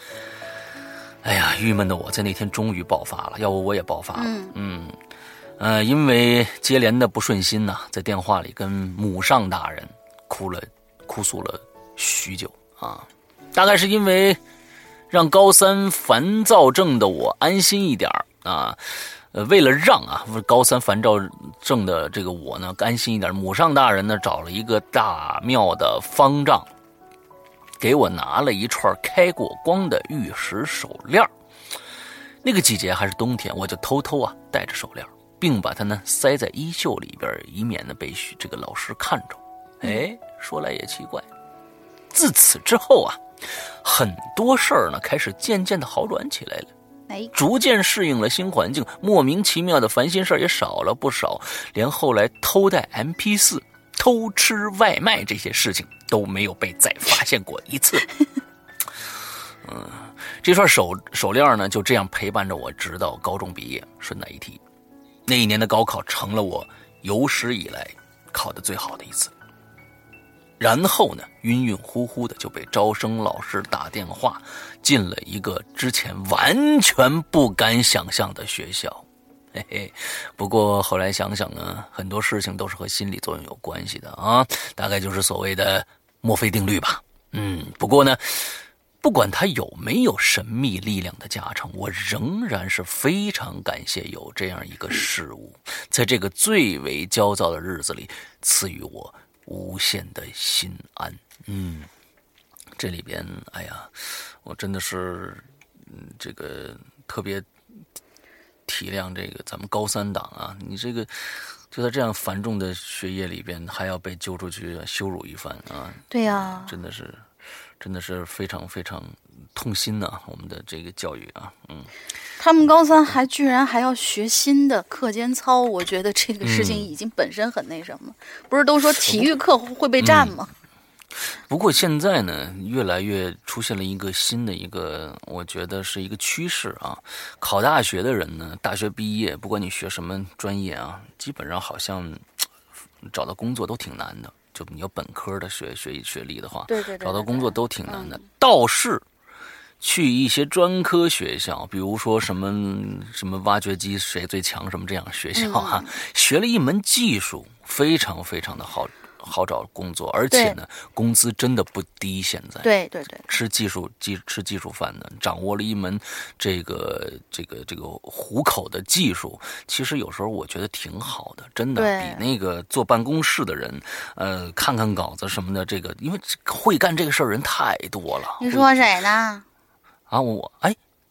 郁闷的我在那天终于爆发了，要不我也爆发了。因为接连的不顺心呢，在电话里跟母上大人哭诉了许久啊。大概是因为让高3烦躁症的我安心一点啊。为了让高3烦躁症的这个我呢安心一点，母上大人呢找了一个大庙的方丈，给我拿了一串开过光的玉石手链。那个季节还是冬天，我就偷偷戴着手链，并把它呢塞在衣袖里边，以免呢被这个老师看着。说来也奇怪，自此之后很多事儿呢开始渐渐的好转起来了。逐渐适应了新环境，莫名其妙的烦心事也少了不少，连后来偷带 MP4、偷吃外卖这些事情都没有被再发现过一次。这串手链呢，就这样陪伴着我直到高中毕业。顺带一提，那一年的高考成了我有史以来考得最好的一次。然后呢，晕晕乎乎的就被招生老师打电话进了一个之前完全不敢想象的学校。不过后来想想呢，很多事情都是和心理作用有关系的啊，大概就是所谓的墨菲定律吧。不过呢，不管它有没有神秘力量的加成，我仍然是非常感谢有这样一个事物，在这个最为焦躁的日子里赐予我无限的心安。这里边我真的是这个特别体谅这个咱们高3党你这个就在这样繁重的学业里边还要被揪出去羞辱一番对呀， 真的是非常非常痛心我们的这个教育他们高3居然还要学新的课间操，我觉得这个事情已经本身很那什么。不是都说体育课会被占吗？ 不过现在呢，越来越出现了一个新的一个，我觉得是一个趋势考大学的人呢，大学毕业，不管你学什么专业基本上好像找到工作都挺难的。就你有本科的学历的话， 对， 找到工作都挺难的。倒是去一些专科学校，比如说什么挖掘机谁最强什么这样的学校学了一门技术，非常非常的好找工作，而且呢工资真的不低。现在对吃技术饭的，掌握了一门这个糊口的技术，其实有时候我觉得挺好的，真的比那个坐办公室的人看看稿子什么的，这个因为会干这个事儿人太多了。 你说谁呢？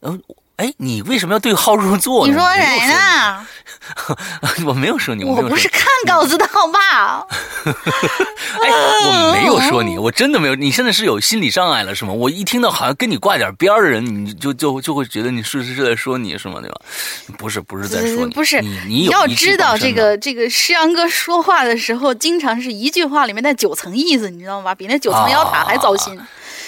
哎，你为什么要对号入座呢？ 你说谁呢？ 我没有说你， 我不是看稿子的好吧？ 哎，我没有说你，我真的没有。你现在是有心理障碍了是吗？我一听到好像跟你挂点边的人，你就会觉得你是在说你是吗？对吧？不是在说你， 不是你要知道这个诗阳哥说话的时候，经常是一句话里面带9层意思，你知道吗？比那9层妖塔还糟心。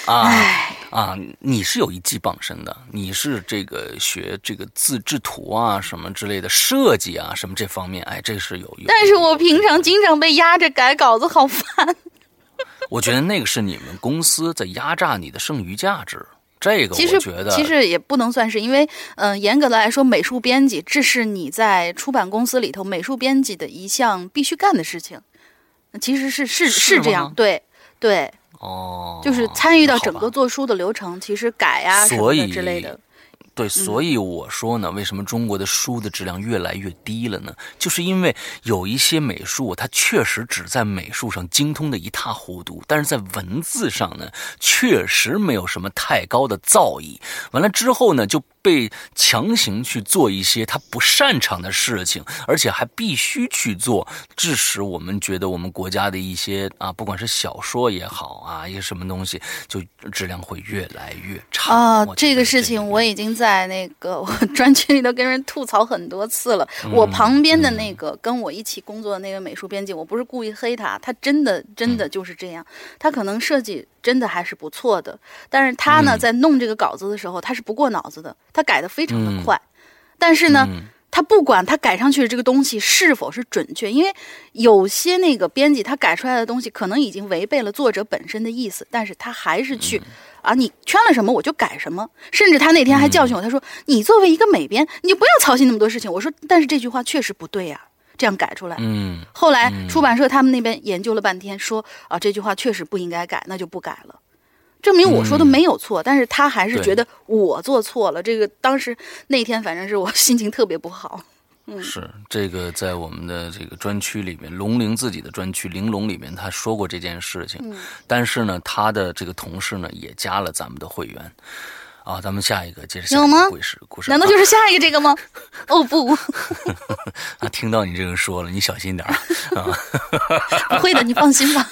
你是有一技傍身的，你是这个学这个自制图啊什么之类的设计啊什么这方面，哎，这是有。 但是我平常经常被压着改稿子，好烦。 我觉得那个是你们公司在压榨你的剩余价值。这个我觉得其实也不能算是，因为严格的来说，美术编辑这是你在出版公司里头美术编辑的一项必须干的事情。其实是这样，对。就是参与到整个做书的流程，其实改啊什么的之类的。 对，所以我说呢，为什么中国的书的质量越来越低了呢？就是因为有一些美术，它确实只在美术上精通的一塌糊涂，但是在文字上呢，确实没有什么太高的造诣。完了之后呢，就被强行去做一些他不擅长的事情，而且还必须去做，致使我们觉得我们国家的一些不管是小说也好啊，一些什么东西，就质量会越来越差。 这个事情我已经在那个我专区里头跟人吐槽很多次了。我旁边的那个跟我一起工作的那个美术编辑，我不是故意黑他，他真的就是这样。他可能设计真的还是不错的，但是他呢，在弄这个稿子的时候，他是不过脑子的，他改得非常的快。但是呢，他不管他改上去的这个东西是否是准确，因为有些那个编辑他改出来的东西可能已经违背了作者本身的意思，但是他还是去你圈了什么我就改什么。甚至他那天还教训我，他说你作为一个美编，你就不要操心那么多事情。我说但是这句话确实不对呀，这样改出来。后来出版社他们那边研究了半天，说这句话确实不应该改，那就不改了。证明我说的没有错，但是他还是觉得我做错了。这个当时那天反正是我心情特别不好。 是这个在我们的这个专区里面，龙陵自己的专区玲珑里面，他说过这件事情。但是呢，他的这个同事呢也加了咱们的会员。咱们下一个接着下一个故事。 难道就是下一个这个吗？哦不， 听到你这个说了，你小心点不会的，你放心吧。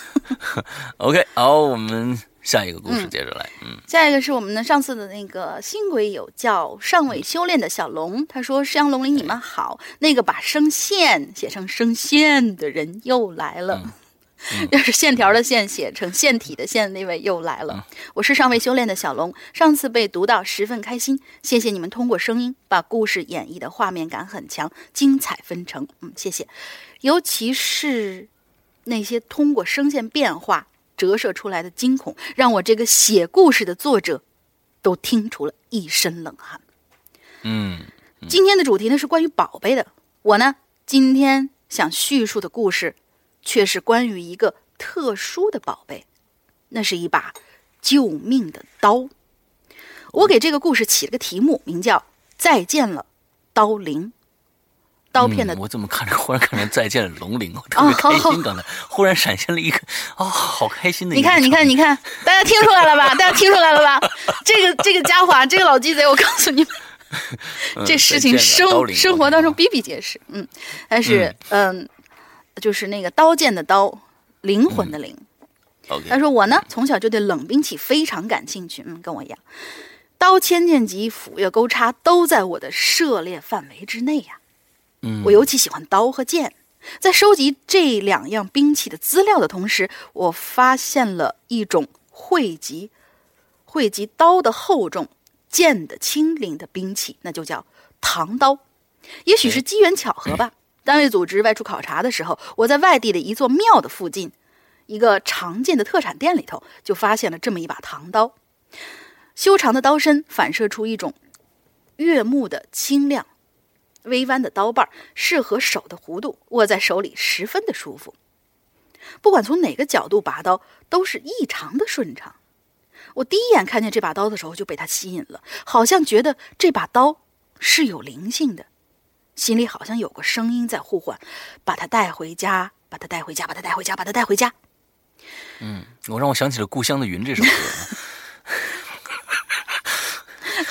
OK， 好，我们下一个故事接着来。 下一个是我们的上次的那个新鬼友叫尚未修炼的小龙，他说：“山羊龙鳞你们好，那个把声线写成声线的人又来了。”要是线条的线写成线体的线，那位又来了。我是尚未修炼的小龙，上次被读到十分开心，谢谢你们通过声音把故事演绎的画面感很强，精彩纷呈。谢谢，尤其是那些通过声线变化折射出来的惊恐，让我这个写故事的作者都听出了一身冷汗。今天的主题呢是关于宝贝的，我呢今天想叙述的故事却是关于一个特殊的宝贝，那是一把救命的刀。我给这个故事起了个题目，名叫《再见了，刀灵》。刀片的， 我怎么忽然看着《再见了，龙鳞》，我特别开心。刚才忽然闪现了一个好开心的一个。 你看，大家听出来了吧？这个家伙，这个老鸡贼，我告诉你们，这事情生活当中比比皆是。但是就是那个刀剑的刀，灵魂的灵。他说我呢从小就对冷兵器非常感兴趣，跟我一样，刀千剑戟斧钺钩叉都在我的涉猎范围之内呀。我尤其喜欢刀和剑，在收集这两样兵器的资料的同时，我发现了一种汇集刀的厚重、剑的轻灵的兵器，那就叫唐刀。也许是机缘巧合吧，单位组织外出考察的时候，我在外地的一座庙的附近一个常见的特产店里头就发现了这么一把唐刀。修长的刀身反射出一种悦目的清亮，微弯的刀把适合手的弧度，握在手里十分的舒服。不管从哪个角度拔刀都是异常的顺畅。我第一眼看见这把刀的时候就被它吸引了，好像觉得这把刀是有灵性的，心里好像有个声音在呼唤，把它带回家，把它带回家，把它带回家，把它带回家。 让我想起了《故乡的云》这首歌。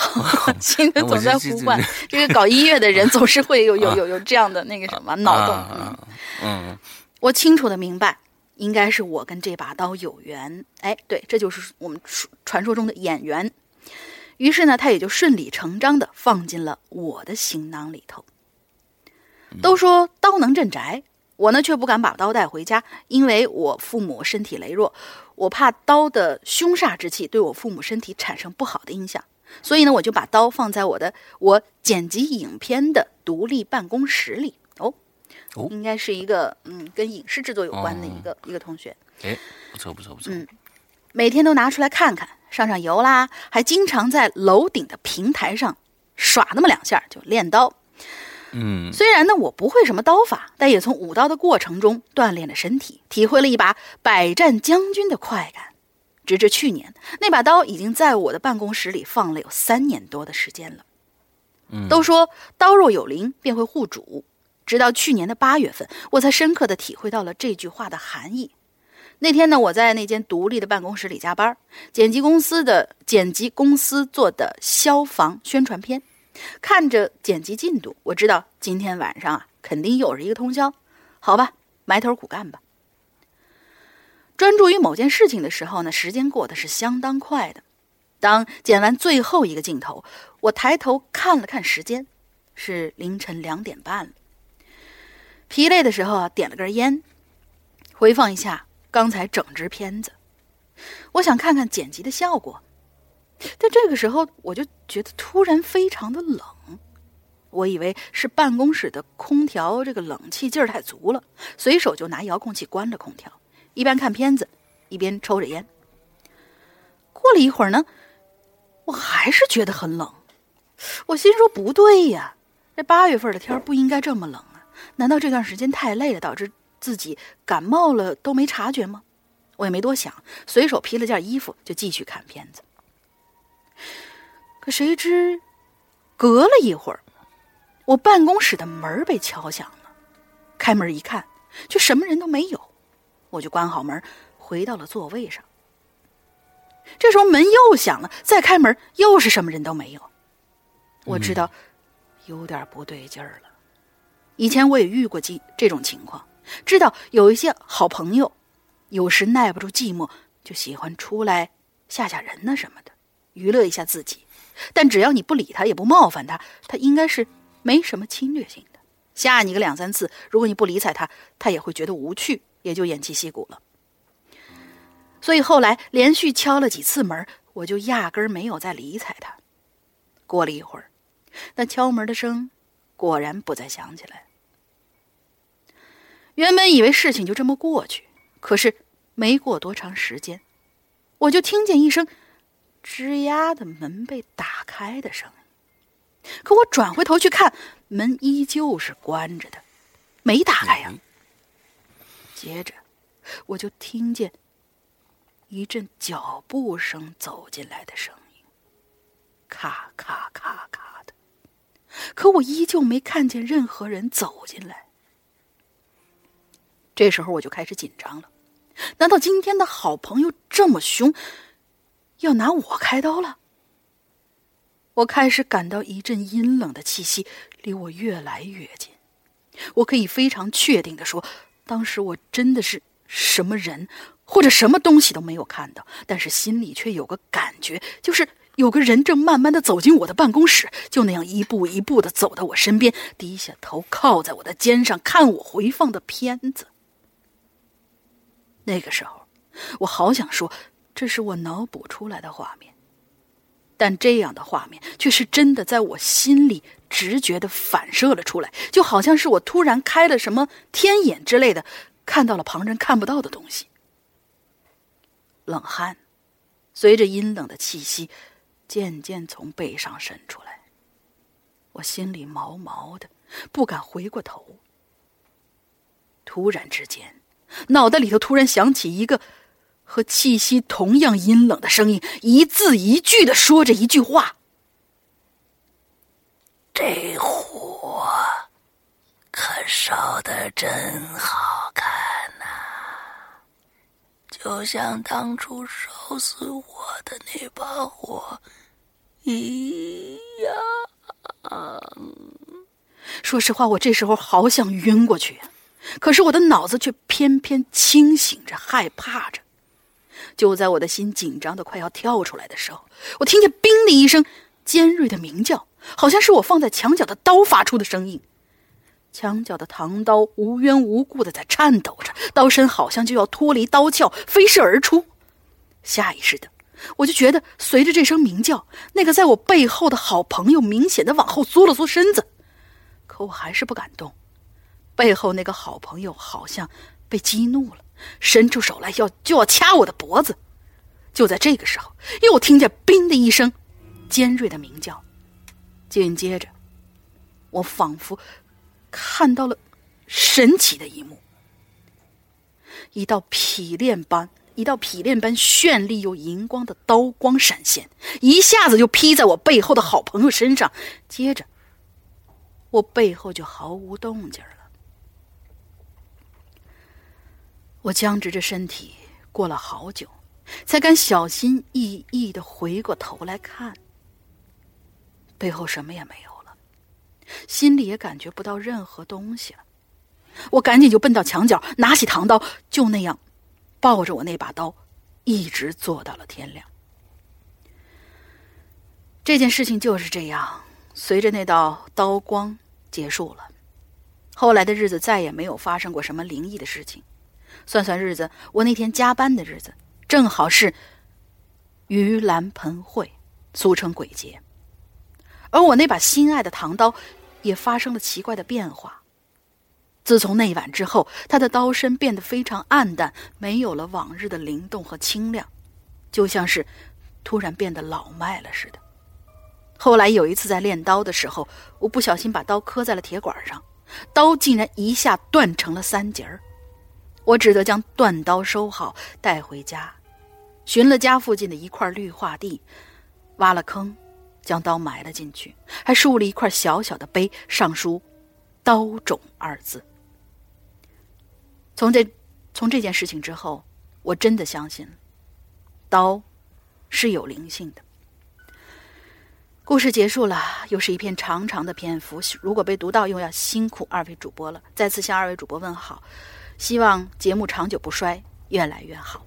心里总在呼唤。这个搞音乐的人总是会有这样的那个什么脑洞。我清楚的明白，应该是我跟这把刀有缘。哎，对，这就是我们传说中的眼缘。于是呢，他也就顺理成章的放进了我的行囊里头。都说刀能镇宅，我呢却不敢把刀带回家，因为我父母身体羸弱，我怕刀的凶煞之气对我父母身体产生不好的影响，所以呢，我就把刀放在我剪辑影片的独立办公室里。应该是一个跟影视制作有关的一个同学。 哎，不错。 每天都拿出来看看，上油啦，还经常在楼顶的平台上耍那么2下就练刀。虽然呢我不会什么刀法，但也从舞刀的过程中锻炼了身体，体会了一把百战将军的快感。直至去年，那把刀已经在我的办公室里放了有3年多的时间了。都说刀若有灵便会护主，直到去年的8月份，我才深刻地体会到了这句话的含义。那天呢，我在那间独立的办公室里加班，剪辑公司做的消防宣传片。看着剪辑进度，我知道今天晚上肯定又是一个通宵。好吧，埋头苦干吧。专注于某件事情的时候呢，时间过得是相当快的。当剪完最后一个镜头，我抬头看了看时间，是凌晨2点半了。疲累的时候点了根烟，回放一下刚才整支片子，我想看看剪辑的效果。但这个时候我就觉得突然非常的冷，我以为是办公室的空调这个冷气劲儿太足了，随手就拿遥控器关了空调，一边看片子一边抽着烟。过了一会儿呢，我还是觉得很冷。我心说不对呀，这8月份的天不应该这么冷啊，难道这段时间太累了导致自己感冒了都没察觉吗？我也没多想，随手披了件衣服就继续看片子。可谁知隔了一会儿，我办公室的门被敲响了，开门一看却什么人都没有，我就关好门回到了座位上。这时候门又响了，再开门又是什么人都没有。我知道有点不对劲儿了。以前我也遇过这种情况，知道有一些好朋友有时耐不住寂寞，就喜欢出来吓吓人呢什么的，娱乐一下自己。但只要你不理他，也不冒犯他，他应该是没什么侵略性的。吓你个2、3次，如果你不理睬他，他也会觉得无趣，也就偃旗息鼓了。所以后来连续敲了几次门，我就压根儿没有再理睬他。过了一会儿，那敲门的声果然不再响起来。原本以为事情就这么过去，可是没过多长时间，我就听见一声吱呀的门被打开的声音。可我转回头去看，门依旧是关着的，没打开呀。接着我就听见一阵脚步声走进来的声音，咔咔咔咔的，可我依旧没看见任何人走进来。这时候我就开始紧张了，难道今天的好朋友这么凶，要拿我开刀了？我开始感到一阵阴冷的气息离我越来越近。我可以非常确定地说，当时我真的是什么人或者什么东西都没有看到，但是心里却有个感觉，就是有个人正慢慢地走进我的办公室，就那样一步一步地走到我身边，低下头靠在我的肩上看我回放的片子。那个时候我好想说这是我脑补出来的画面，但这样的画面却是真的在我心里直觉地反射了出来，就好像是我突然开了什么天眼之类的，看到了旁人看不到的东西。冷汗随着阴冷的气息渐渐从背上渗出来，我心里毛毛的，不敢回过头。突然之间，脑袋里头突然响起一个和气息同样阴冷的声音，一字一句地说着一句话： 这火可烧得真好看呐，就像当初烧死我的那把火说实话，我这时候好想晕过去呀，可是我的脑子却偏偏清醒着，害怕着。就在我的心紧张的快要跳出来的时候，我听见“叮”的一声尖锐的鸣叫，好像是我放在墙角的刀发出的声音。墙角的唐刀无缘无故的在颤抖着，刀身好像就要脱离刀鞘飞射而出。下意识的，我就觉得随着这声鸣叫，那个在我背后的好朋友明显的往后缩了缩身子，可我还是不敢动。背后那个好朋友好像被激怒了，伸出手来就要掐我的脖子。就在这个时候，又听见“叮”的一声尖锐的鸣叫，紧接着我仿佛看到了神奇的一幕，一道匹练般绚丽又荧光的刀光闪现，一下子就劈在我背后的好朋友身上，接着我背后就毫无动静了。我僵直着身体，过了好久才敢小心翼翼地回过头来看，背后什么也没有了，心里也感觉不到任何东西了。我赶紧就奔到墙角，拿起唐刀，就那样抱着我那把刀一直坐到了天亮。这件事情就是这样随着那道刀光结束了。后来的日子再也没有发生过什么灵异的事情。算算日子，我那天加班的日子正好是盂兰盆会，俗称鬼节。而我那把心爱的唐刀也发生了奇怪的变化。自从那晚之后，它的刀身变得非常暗淡，没有了往日的灵动和清亮，就像是突然变得老迈了似的。后来有一次在练刀的时候，我不小心把刀磕在了铁管上，刀竟然一下断成了3节儿。我只得将断刀收好，带回家，寻了家附近的一块绿化地，挖了坑，将刀埋了进去，还竖了一块小小的碑，上书“刀冢”2字。从这件事情之后，我真的相信了，刀是有灵性的。故事结束了，又是一篇长长的篇幅，如果被读到，又要辛苦2位主播了。再次向2位主播问好，希望节目长久不衰，越来越好。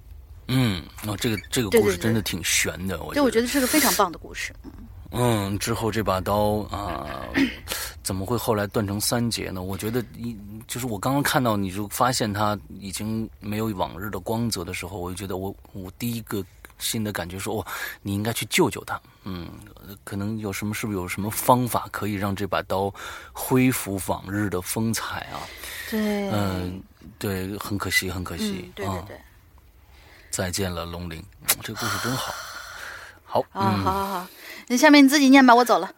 这个故事真的挺悬的， 我觉得是个非常棒的故事。 之后这把刀怎么会后来断成3节呢？我觉得就是我刚刚看到你就发现它已经没有往日的光泽的时候，我就觉得我第一个新的感觉说，你应该去救救它。可能是不是有什么方法可以让这把刀恢复往日的风采啊？ 对， 对，很可惜，很可惜。 对。 再见了，龙鳞，这个故事真好。好， 好，那下面你自己念吧，我走了。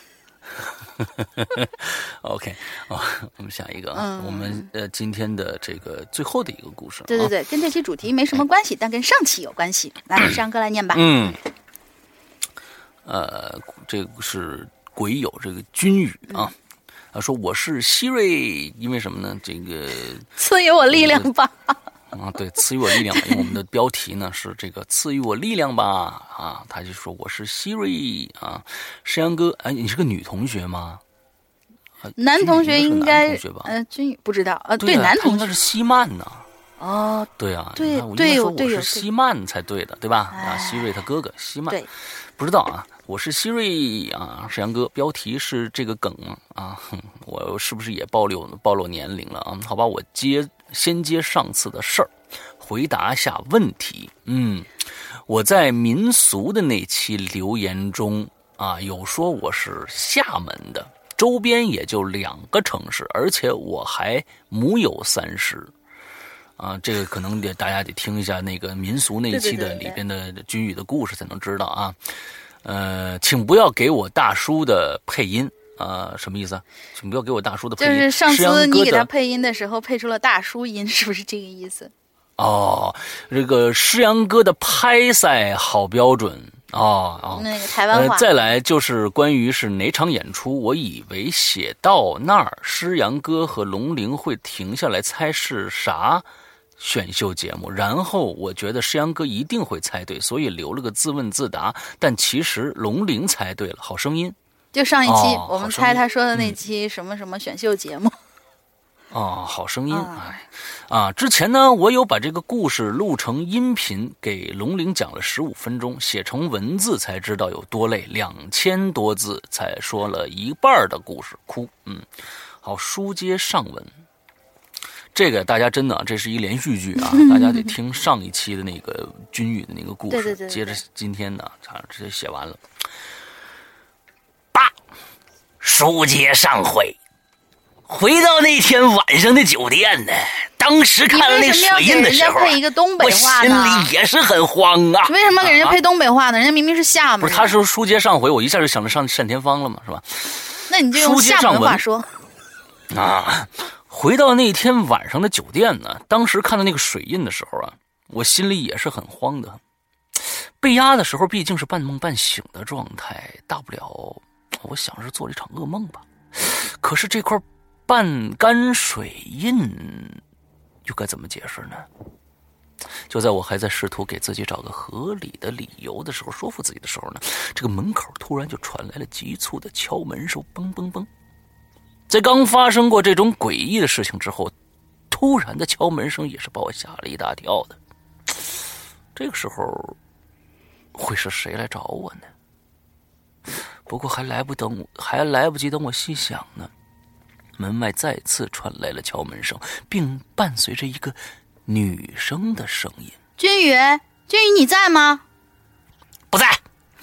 OK， 我们下一个我们今天的这个最后的一个故事。 对，跟这期主题没什么关系，但跟上期有关系。来，山哥来念吧。 这个是鬼友这个君宇啊，他说我是希瑞，因为什么呢？这个赐予我力量吧。 对，赐予我力量吧，因为我们的标题呢是这个赐予我力量吧他就说我是希瑞啊，山羊哥，你是个女同学吗？ 男同学应该同学吧？ 君宇不知道对，男同学应该是希曼呢。对啊， 对， 我应该说我是希曼才对的，对吧？希瑞他哥哥希曼， 对， 不知道啊，我是希瑞啊，山羊哥，标题是这个梗我是不是也暴露年龄了啊？好吧，我先接上次的事儿，回答一下问题。我在民俗的那期留言中有说我是厦门的，周边也就2个城市，而且我还母有3师。这个可能大家得听一下那个民俗那一期的里边的君宇的故事才能知道啊。请不要给我大叔的配音什么意思啊？请不要给我大叔的配音。 就是上次你给他配音的时候配出了大叔音，是不是这个意思？ 这个诗阳哥的拍赛好标准那个台湾话。 再来就是关于是哪场演出，我以为写到那儿，诗阳哥和龙鳞会停下来猜是啥选秀节目，然后我觉得石阳哥一定会猜对，所以留了个自问自答。但其实龙玲猜对了，好声音。 就上一期、我们好声音猜他说的那期什么什么选秀节目。 好声音，之前呢，我有把这个故事录成音频给龙玲讲了15分钟，写成文字才知道有多累，2000多字才说了一半的故事，哭。好，书接上文。这个大家真的，这是一连续剧啊，大家得听上一期的那个君宇的那个故事， 对接着今天呢，直接写完了。 书接上回，回到那天晚上的酒店呢，当时看了那水印的时候， 你为什么要给人家配一个东北话呢？ 我心里也是很慌啊。 为什么要给人家配东北话呢？人家明明是厦门。 不是，他说书接上回，我一下就想着上单田芳了嘛，是吧？ 那你就用厦门话说。 回到那天晚上的酒店呢，当时看到那个水印的时候啊，我心里也是很慌的。被压的时候毕竟是半梦半醒的状态，大不了我想是做了一场噩梦吧。可是这块半干水印又该怎么解释呢？就在我还在试图给自己找个合理的理由的时候，说服自己的时候呢，这个门口突然就传来了急促的敲门声，嘣嘣嘣。在刚发生过这种诡异的事情之后，突然的敲门声也是把我吓了一大跳的。这个时候会是谁来找我呢？不过还来不及等我细想呢，门外再次传来了敲门声，并伴随着一个女生的声音：“ 君宇，你在吗？”“ 不在。”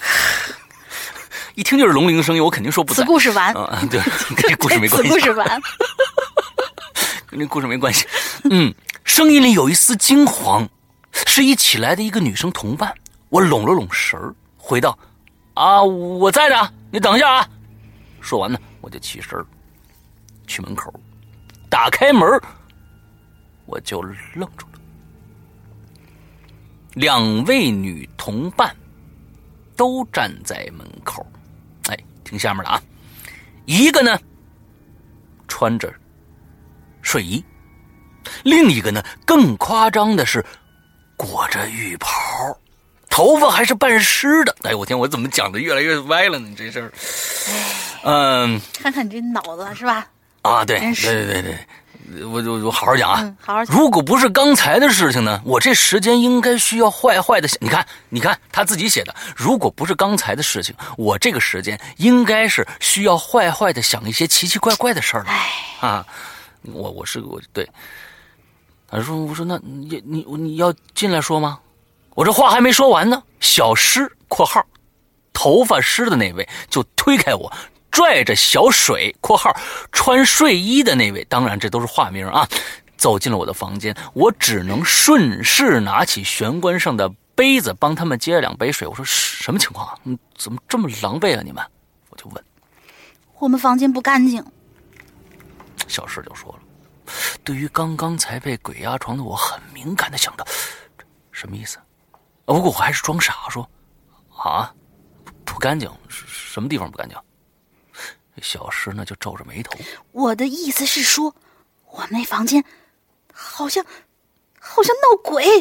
一听就是龙玲的声音，我肯定说不在。 此故事完。 对，跟这故事没关系。 此故事完， 跟这故事没关系。声音里有一丝惊慌，是一起来的一个女生同伴。我拢了拢神儿，回道：“我在这，你等一下啊。”说完呢，我就起身去门口，打开门，我就愣住了。2位女同伴都站在门口。听下面了啊，一个呢穿着睡衣，另一个呢更夸张的是裹着浴袍，头发还是半湿的。哎，我天，我怎么讲的越来越歪了呢？这事儿， 看看你这脑子是吧？ 对，我好好讲啊， 好好讲。 如果不是刚才的事情呢，我这时间应该需要坏坏的想。你看他自己写的，如果不是刚才的事情，我这个时间应该是需要坏坏的想一些奇奇怪怪的事儿了。我对。我说那你要进来说吗？我这话还没说完呢，小诗（括号头发湿的那位）就推开我，拽着小水（括号穿睡衣的那位），当然这都是化名啊，走进了我的房间。我只能顺势拿起玄关上的杯子帮他们接了2杯水。我说什么情况啊？怎么这么狼狈啊你们？我就问。 我们房间不干净。 小诗就说了，对于刚才被鬼压床的我很敏感的想到什么意思。不过我还是装傻说不干净，什么地方不干净？小诗呢就皱着眉头。 我的意思是说，我们那房间好像闹鬼。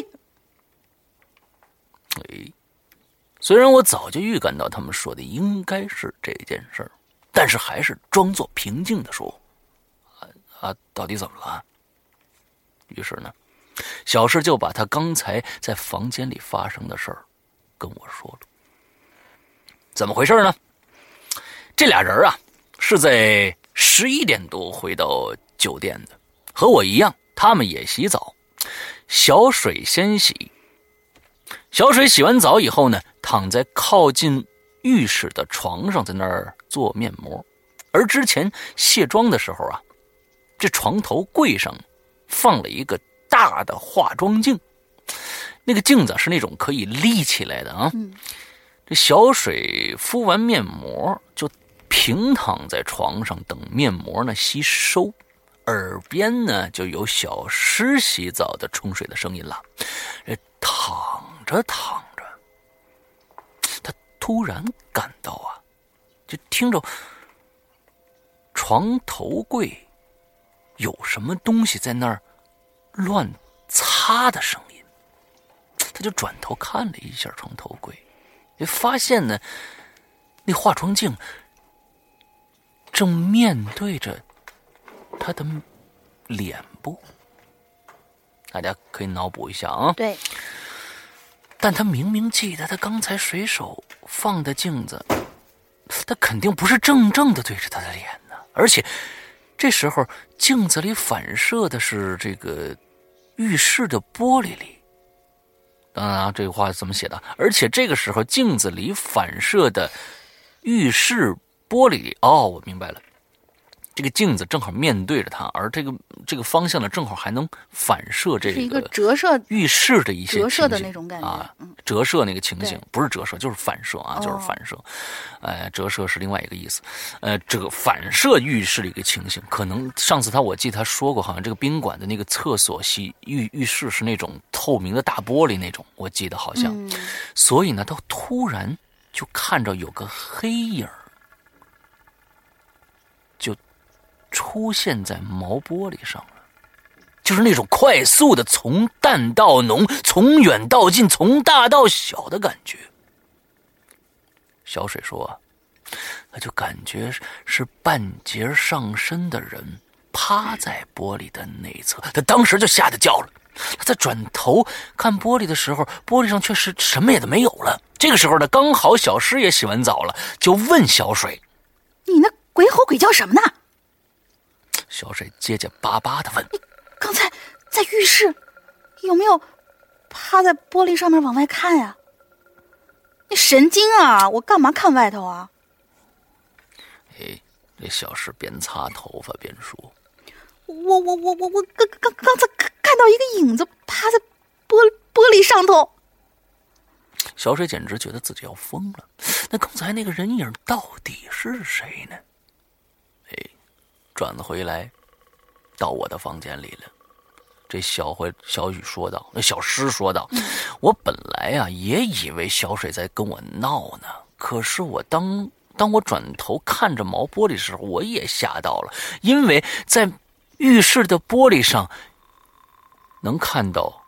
虽然我早就预感到他们说的应该是这件事儿，但是还是装作平静的说：“到底怎么了？”于是呢，小诗就把他刚才在房间里发生的事儿跟我说了。怎么回事呢？这俩人啊，是在11点多回到酒店的，和我一样，他们也洗澡。小水先洗，小水洗完澡以后呢，躺在靠近浴室的床上，在那儿做面膜。而之前卸妆的时候啊，这床头柜上放了一个大的化妆镜，那个镜子是那种可以立起来的啊。这小水敷完面膜就平躺在床上等面膜呢吸收，耳边呢就有小诗洗澡的冲水的声音了。躺着躺着，他突然感到啊，就听着床头柜有什么东西在那儿乱擦。 啪的声音，他就转头看了一下床头柜，也发现呢，那化妆镜正面对着他的脸部。大家可以脑补一下啊。 对。 但他明明记得他刚才随手放的镜子，他肯定不是正的对着他的脸呢，而且这时候镜子里反射的是这个浴室的玻璃里。当然啊，这个话怎么写的？而且这个时候镜子里反射的浴室玻璃里，我明白了。这个镜子正好面对着他，而这个方向呢，正好还能反射这个是一个折射浴室的一些折射的那种感觉啊，折射那个情形不是折射就是反射啊，就是反射，折射是另外一个意思，这个反射浴室的一个情形，可能上次我记得他说过，好像这个宾馆的那个厕所浴室是那种透明的大玻璃那种，我记得好像，所以呢，他突然就看着有个黑影就出现在毛玻璃上了，就是那种快速的从淡到浓，从远到近，从大到小的感觉。小水说，他就感觉是半截上身的人趴在玻璃的内侧，他当时就吓得叫了。他在转头看玻璃的时候，玻璃上却是什么也都没有了。这个时候呢，刚好小诗也洗完澡了，就问小水：“ 你那鬼吼鬼叫什么呢？” 小水结结巴巴地问：“ 你刚才在浴室有没有趴在玻璃上面往外看呀？你神经啊！我干嘛看外头啊？” 这小石边擦头发边说：“ 我刚才看到一个影子趴在玻璃上头。” 小水简直觉得自己要疯了。那刚才那个人影到底是谁呢？转了回来，到我的房间里了。这小雨说道，小诗说道：“我本来啊也以为小水在跟我闹呢，可是我当我转头看着毛玻璃的时候，我也吓到了，因为在浴室的玻璃上能看到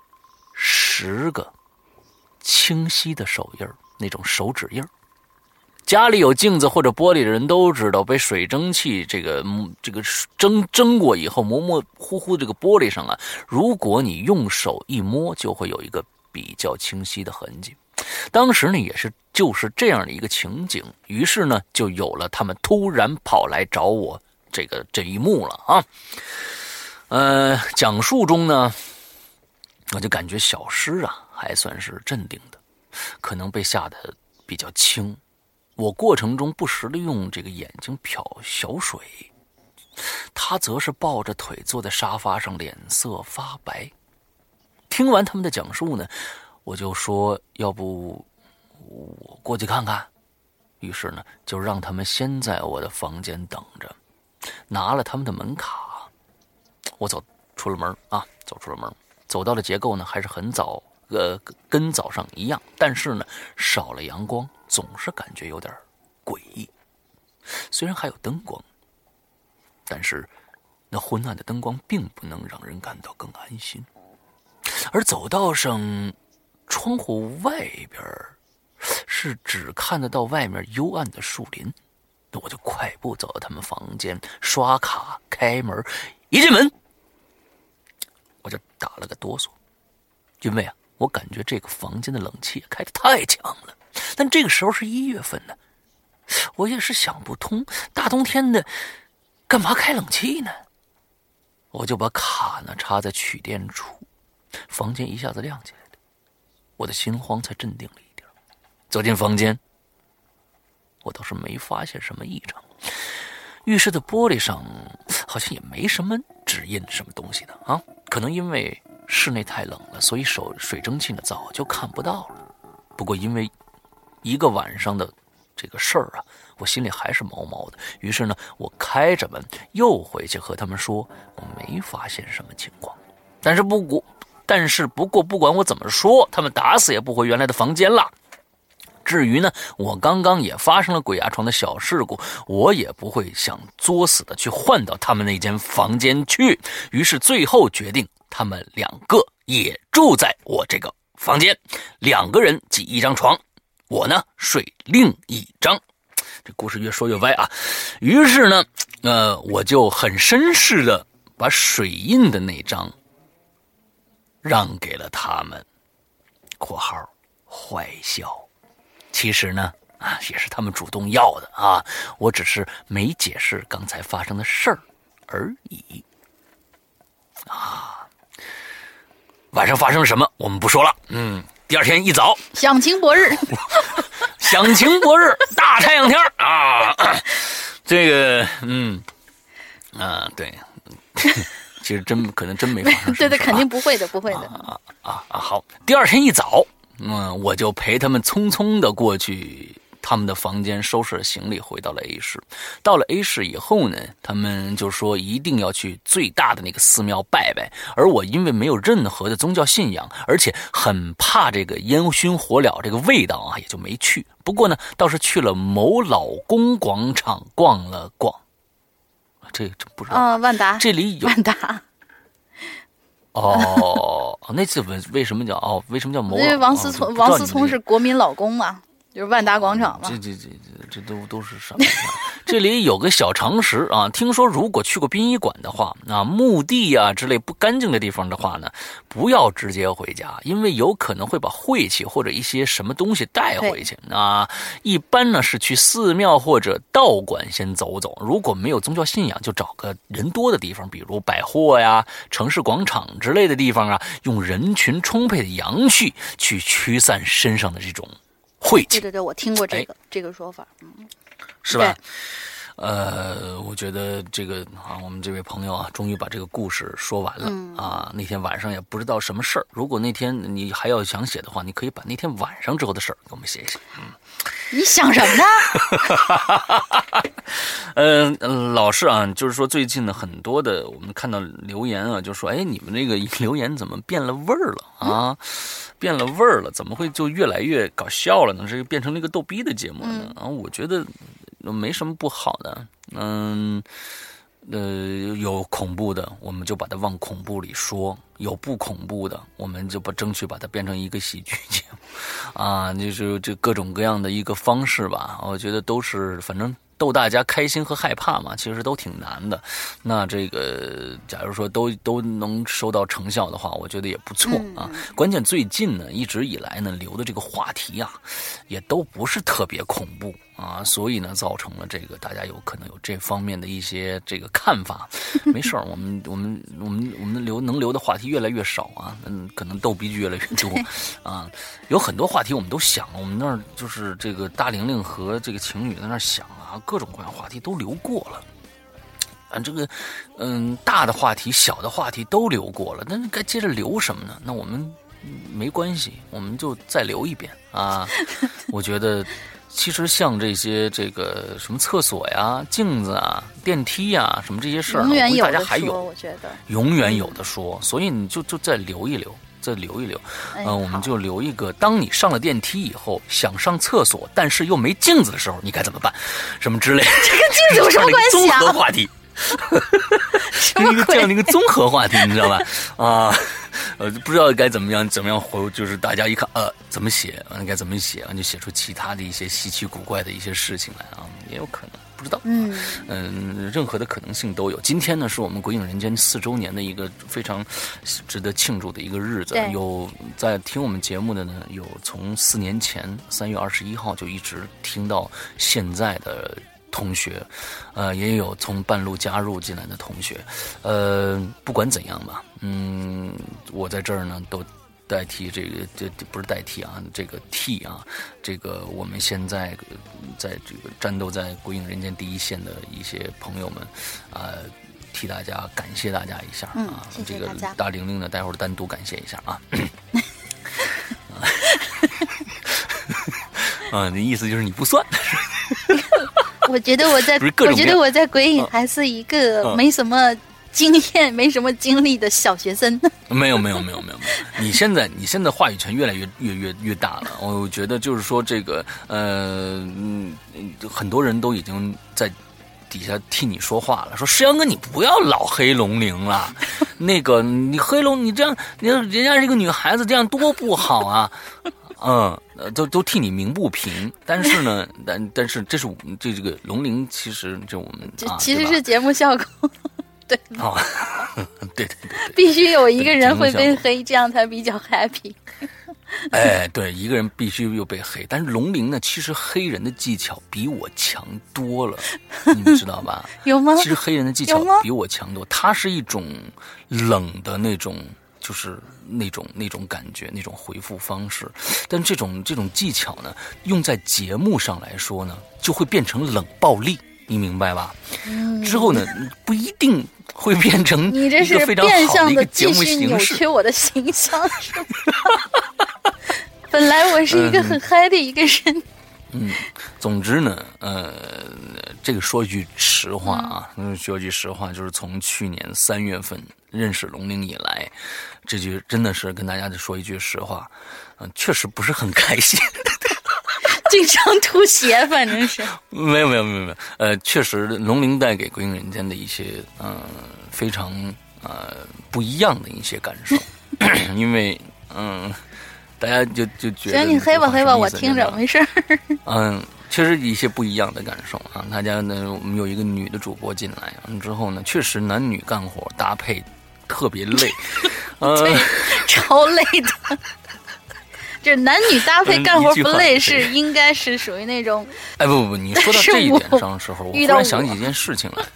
10个清晰的手印，那种手指印。家里有镜子或者玻璃的人都知道，被水蒸气这个蒸过以后，模模糊糊这个玻璃上啊，如果你用手一摸，就会有一个比较清晰的痕迹。当时呢，就是这样的一个情景，于是呢，就有了他们突然跑来找我这一幕了啊。讲述中呢，我就感觉小诗啊还算是镇定的，可能被吓得比较轻。我过程中不时地用这个眼睛瞟小水，他则是抱着腿坐在沙发上，脸色发白。听完他们的讲述呢，我就说要不我过去看看。于是呢，就让他们先在我的房间等着，拿了他们的门卡。我走出了门，走到了结构呢，还是很早，跟早上一样，但是呢，少了阳光，总是感觉有点诡异。虽然还有灯光，但是那昏暗的灯光并不能让人感到更安心。而走道上窗户外边是只看得到外面幽暗的树林，我就快步走到他们房间，刷卡开门。一进门我就打了个哆嗦，因为啊，我感觉这个房间的冷气开得太强了。但这个时候是1月份呢，我也是想不通，大冬天的干嘛开冷气呢？我就把卡呢插在取电处，房间一下子亮起来了，我的心慌才镇定了一点。走进房间，我倒是没发现什么异常。浴室的玻璃上好像也没什么指印什么东西的啊，可能因为室内太冷了，所以水蒸气呢早就看不到了。不过因为一个晚上的这个事儿啊，我心里还是毛毛的。于是呢，我开着门又回去和他们说，我没发现什么情况。但是不过不管我怎么说，他们打死也不回原来的房间了。至于呢，我刚刚也发生了鬼压床的小事故，我也不会想作死的去换到他们那间房间去。于是最后决定，他们2个也住在我这个房间，2个人挤一张床，我呢睡另一张。这故事越说越歪啊。于是呢，我就很绅士的把水印的那张让给了他们（括号坏笑）。其实呢，也是他们主动要的啊，我只是没解释刚才发生的事儿而已。晚上发生了什么我们不说了。第二天一早， 响晴博日， 响晴博日，大太阳天啊！这个，对，其实可能真没发生什么事。 对，肯定不会的，不会的。 好，第二天一早，我就陪他们匆匆的过去他们的房间，收拾了行李，回到了 A 市。到了 A 市以后呢，他们就说一定要去最大的那个寺庙拜拜。而我因为没有任何的宗教信仰，而且很怕这个烟熏火燎这个味道啊，也就没去。不过呢，倒是去了某老公广场逛了逛。这不知道万达， 这里有万达。 那次为什么叫某老？ 因为王思聪是国民老公嘛。就是万达广场嘛， 这都是什么？这里有个小常识啊，听说如果去过殡仪馆的话，墓地啊之类不干净的地方的话呢，不要直接回家，因为有可能会把晦气或者一些什么东西带回去。一般呢是去寺庙或者道馆先走走，如果没有宗教信仰，就找个人多的地方，比如百货呀、城市广场之类的地方啊，用人群充沛的阳气去驱散身上的这种晦气。 对，我听过这个说法， 是吧？我觉得这个我们这位朋友啊，终于把这个故事说完了那天晚上也不知道什么事儿。如果那天你还要想写的话，你可以把那天晚上之后的事儿给我们写一写。 你想什么呢？老是啊，就是说最近呢，很多的我们看到留言啊，就说你们这个留言怎么变了味儿了啊？变了味儿了，怎么会就越来越搞笑了呢？这变成了一个逗逼的节目呢？我觉得没什么不好的。有恐怖的，我们就把它往恐怖里说；有不恐怖的，我们就争取把它变成一个喜剧节目就是这各种各样的一个方式吧。我觉得都是反正逗大家开心和害怕嘛，其实都挺难的。那这个假如说都能收到成效的话，我觉得也不错关键最近呢，一直以来呢留的这个话题也都不是特别恐怖所以呢造成了这个大家有可能有这方面的一些这个看法。没事儿，我们能留的话题越来越少可能逗逼剧越来越多有很多话题我们都想了，我们那儿就是这个大玲玲和这个晴雨在那儿想各种各样话题都留过了。这个大的话题小的话题都留过了，那该接着留什么呢？那我们没关系，我们就再留一遍我觉得其实像这些这个什么厕所呀、镜子啊、电梯呀什么这些事儿， 永远有大家还有， 我觉得永远有的说，所以你就再留一留。我们就留一个，当你上了电梯以后想上厕所但是又没镜子的时候，你该怎么办？什么之类的， 这跟镜子有什么关系综合话题这样的一个综合话题，你知道吧？不知道该怎么样回，就是大家一看怎么写，该怎么写，就写出其他的一些稀奇古怪的一些事情来也有可能。不知道，任何的可能性都有。今天呢，是我们《鬼影人间》4周年的一个非常值得庆祝的一个日子。有在听我们节目的呢，有从4年前3月21号就一直听到现在的同学，也有从半路加入进来的同学。不管怎样吧，我在这儿呢都代替这不是代替这个替这个我们现在在这个战斗在鬼影人间第一线的一些朋友们替大家感谢大家一下谢谢这个大玲玲呢待会儿单独感谢一下你意思就是你不算我觉得我在鬼影还是一个没什么经验没什么经历的小学生。 没有，你现在话语权越来越大了。我觉得就是说这个很多人都已经在底下替你说话了，说石阳哥你不要老黑龙鳞了，那个你黑龙你这样，人家是一个女孩子，这样多不好啊。都替你鸣不平，但是呢，但是这是这个龙鳞，其实这我们其实是节目效果，对哦，对， 必须有一个人会被黑，这样才比较 happy。 哎，对，一个人必须又被黑，但是龙鳞呢，其实黑人的技巧比我强多了，你们知道吧？ 有吗？ 其实黑人的技巧比我强多，它是一种冷的那种。就是那种感觉，那种回复方式，但这种技巧呢，用在节目上来说呢，就会变成冷暴力，你明白吧？之后呢，不一定会变成一个非常好的一个节目形式。 你这是变相的继续扭曲我的形象，是吗？本来我是一个很嗨的一个人。 总之呢，这个说句实话啊，说句实话，就是从去年3月份认识龙鳞以来，这句真的是跟大家说一句实话，确实不是很开心。 经常吐血，反正是没有，确实龙鳞带给鬼影人间的一些非常不一样的一些感受，因为大家就觉得行，你黑吧，我听着没事儿。 确实一些不一样的感受啊。大家呢，我们有一个女的主播进来，之后呢，确实男女干活搭配特别累， 对，超累的。就是男女搭配干活不累，是应该是属于那种。 哎不，你说到这一点上的时候，我忽然想起一件事情来。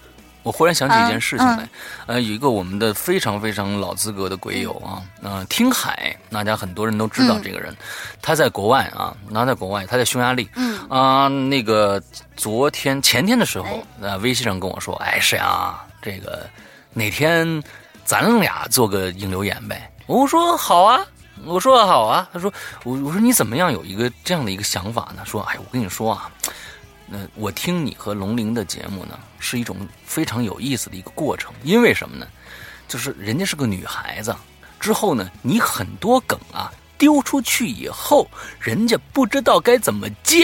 有一个我们的非常非常老资格的鬼友啊，听海，大家很多人都知道这个人，他在国外啊，他在匈牙利，那个前天的时候，微信上跟我说，哎，沈阳，这个哪天咱俩做个影留言呗？我说好啊。他说我说你怎么样有一个这样的一个想法呢？说哎，我跟你说啊。我听你和龙鳞的节目呢，是一种非常有意思的一个过程。因为什么呢？就是人家是个女孩子，之后呢，你很多梗啊丢出去以后，人家不知道该怎么接。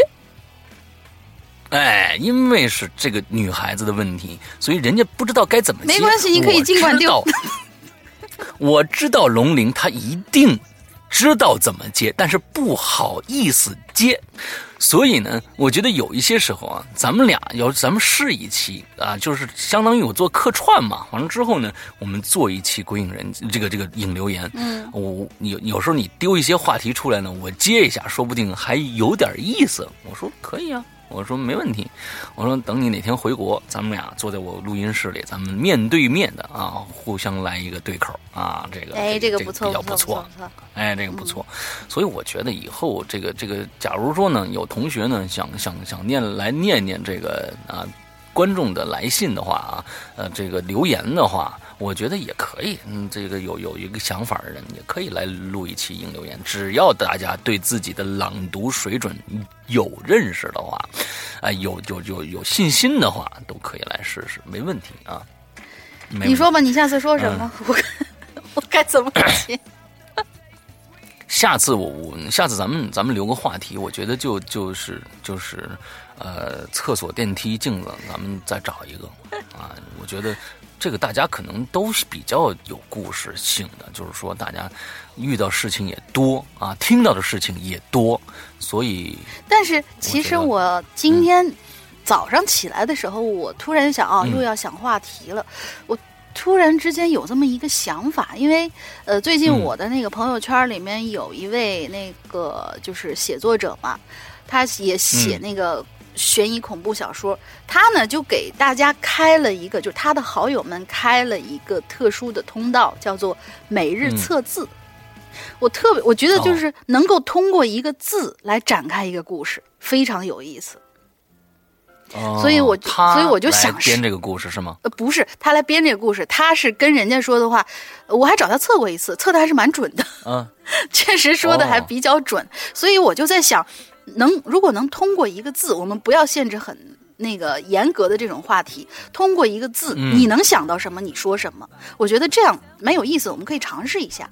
哎，因为是这个女孩子的问题，所以人家不知道该怎么接。 没关系，你可以尽管丢。 我知道龙鳞他一定知道怎么接，但是不好意思接。所以呢，我觉得有一些时候啊，咱们试一期啊，就是相当于我做客串嘛。完了之后呢，我们做一期鬼影人这个影留言。有时候你丢一些话题出来呢，我接一下，说不定还有点意思。我说可以啊。我说没问题，我说等你哪天回国，咱们俩坐在我录音室里，咱们面对面的啊，互相来一个对口啊，这个不错， 比较不错，哎，这个不错，所以我觉得以后这个，假如说呢，有同学呢想念这个啊观众的来信的话啊，这个留言的话。我觉得也可以，这个有一个想法的人也可以来录一期影留言，只要大家对自己的朗读水准有认识的话，有信心的话，都可以来试试，没问题啊。 你说吧，你下次说什么？我该怎么接？ 下次下次咱们留个话题，我觉得就是厕所、电梯、镜子，咱们再找一个啊，我觉得。这个大家可能都是比较有故事性的，就是说大家遇到事情也多啊，听到的事情也多，所以。但是其实我今天早上起来的时候，我突然想又要想话题了，我突然之间有这么一个想法，因为最近我的那个朋友圈里面有一位那个就是写作者嘛，他也写那个。悬疑恐怖小说，他呢就给大家开了一个，就是他的好友们开了一个特殊的通道，叫做每日测字。我觉得就是能够通过一个字来展开一个故事，非常有意思。所以我就想编这个故事是吗？ 不是，他来编这个故事，他是跟人家说的话，我还找他测过一次，测的还是蛮准的。确实说的还比较准，所以我就在想。如果能通过一个字，我们不要限制很那个严格的这种话题，通过一个字，你能想到什么你说什么，我觉得这样蛮有意思，我们可以尝试一下。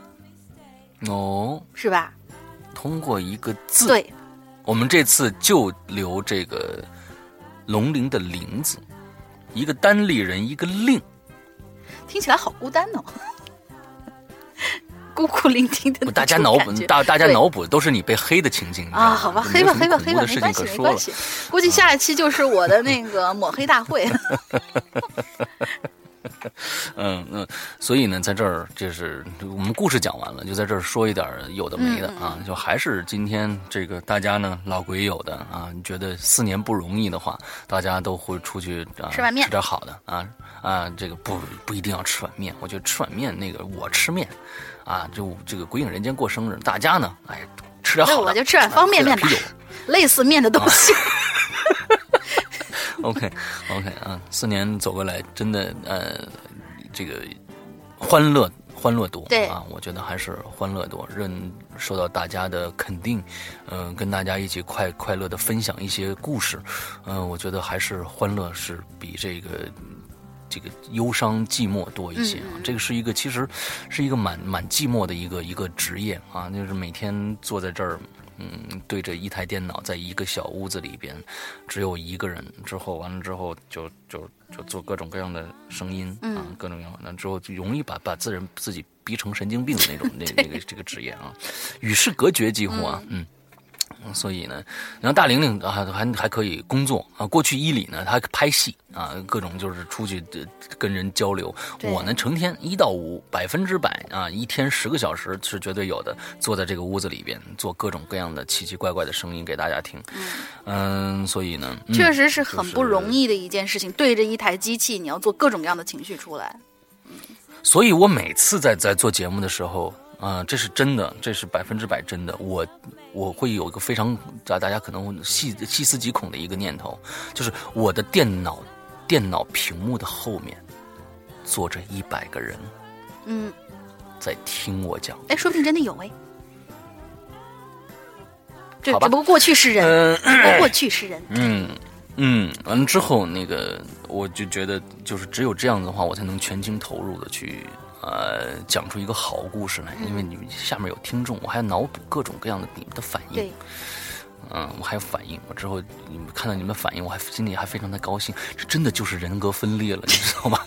是吧？ 通过一个字， 对， 我们这次就留这个龙鳞的鳞字一个单立人，一个令， 听起来好孤单哦。孤苦伶仃的， 大家脑补，大家脑补都是你被黑的情境啊！好吧，黑吧，没关系，没关系。估计下一期就是我的那个抹黑大会。 所以呢，在这儿就是我们故事讲完了，就在这儿说一点有的没的啊，就还是今天这个大家呢老鬼友的啊，你觉得4年不容易的话，大家都会出去吃碗面， 吃点好的啊，这个不一定要吃碗面，我觉得吃碗面那个我吃面啊，就这个鬼影人间过生日，大家呢哎吃点好的， 我就吃碗方便面吧，类似面的东西。 OK 啊，4年走过来，真的这个欢乐多， 对啊，我觉得还是欢乐多，受到大家的肯定，跟大家一起快乐的分享一些故事，我觉得还是欢乐是比这个忧伤寂寞多一些啊，这个是一个其实是一个蛮寂寞的一个职业啊，就是每天坐在这儿。对着一台电脑，在一个小屋子里边，只有一个人。完了之后就做各种各样的声音啊，各种各样的之后就容易把自己逼成神经病的那种这个职业啊，与世隔绝几乎啊，所以呢，然后大玲玲还可以工作啊。过去伊里呢，他拍戏啊，各种就是出去跟人交流。我呢，成天1到5100%啊，一天10个小时是绝对有的，坐在这个屋子里边做各种各样的奇奇怪怪的声音给大家听。所以呢， 确实是很不容易的一件事情，对着一台机器，你要做各种各样的情绪出来。 所以我每次在做节目的时候。这是真的，这是100%真的。我会有一个非常大家可能会细思极恐的一个念头，就是我的电脑屏幕的后面坐着100个人，在听我讲。 哎，说不定真的有哎。只不过过去是人，过去是人。 完了之后，那个我就觉得，就是只有这样的话，我才能全情投入的去。讲出一个好故事来，因为你们下面有听众，我还要脑补各种各样的你们的反应。 对， 我还有反应，我之后你们看到你们反应，我还心里还非常的高兴，这真的就是人格分裂了，你知道吗？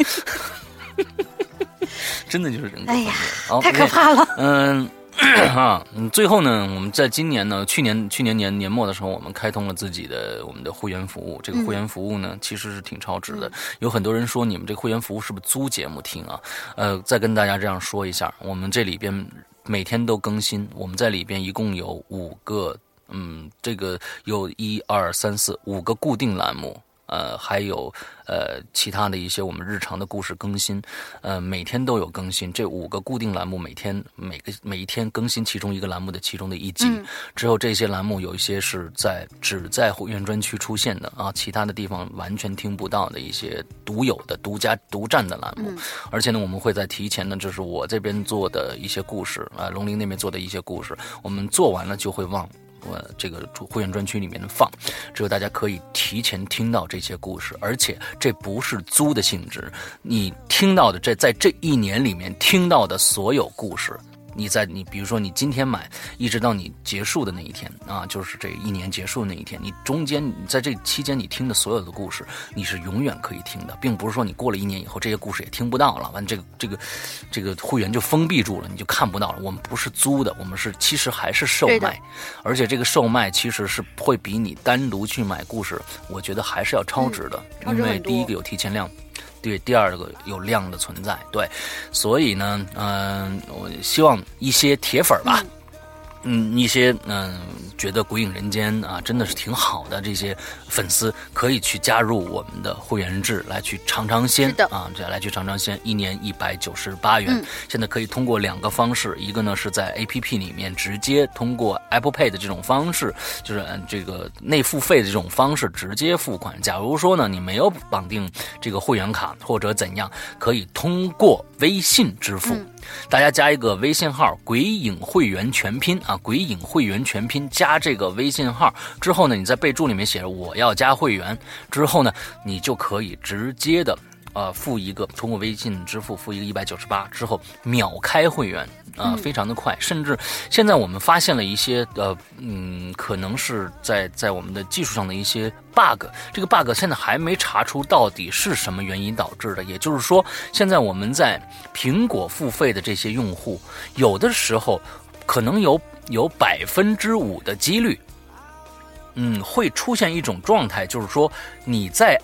真的就是人格分裂了， 哎呀，太可怕了。 最后呢，我们在今年呢，去年年末的时候，我们开通了我们的会员服务。这个会员服务呢，其实是挺超值的。有很多人说你们这个会员服务是不是租节目听啊？再跟大家这样说一下，我们这里边每天都更新，我们在里边一共有5个，这个有1、2、3、4 5个固定栏目。还有其他的一些我们日常的故事更新，每天都有更新。这5个固定栏目每一天更新其中一个栏目的其中的一集。之后这些栏目有一些是只在会员专区出现的啊，其他的地方完全听不到的一些独有的独占的栏目。而且呢，我们会在提前呢，就是我这边做的一些故事啊，龙鳞那边做的一些故事，我们做完了就会往这个会员专区里面放，只有大家可以提前听到这些故事，而且这不是租的性质，你听到的在这1年里面听到的所有故事，你比如说你今天买，一直到你结束的那一天啊，就是这1年结束的那一天，你中间在这期间你听的所有的故事，你是永远可以听的，并不是说你过了1年以后这些故事也听不到了，完这个会员就封闭住了，你就看不到了。我们不是租的，我们其实还是售卖，而且这个售卖其实是会比你单独去买故事，我觉得还是要超值的，因为第一个有提前量。对，第2个有量的存在，对，所以呢，我希望一些铁粉吧，一些觉得鬼影人间啊真的是挺好的这些粉丝，可以去加入我们的会员制来去尝鲜啊，这样来去尝鲜，1年198元。现在可以通过2个方式，一个呢是在 APP 里面直接通过 Apple Pay 的这种方式，就是这个内付费的这种方式直接付款。假如说呢你没有绑定这个会员卡或者怎样，可以通过微信支付。大家加一个微信号“鬼影会员全拼”啊，“鬼影会员全拼”，加这个微信号之后呢，你在备注里面写着“我要加会员”，之后呢，你就可以直接的通过微信支付付一个198之后秒开会员， 非常的快，甚至现在我们发现了一些可能是在我们的技术上的一些 bug， 这个 bug 现在还没查出到底是什么原因导致的。也就是说，现在我们在苹果付费的这些用户，有的时候可能有5%的几率。会出现一种状态，就是说你在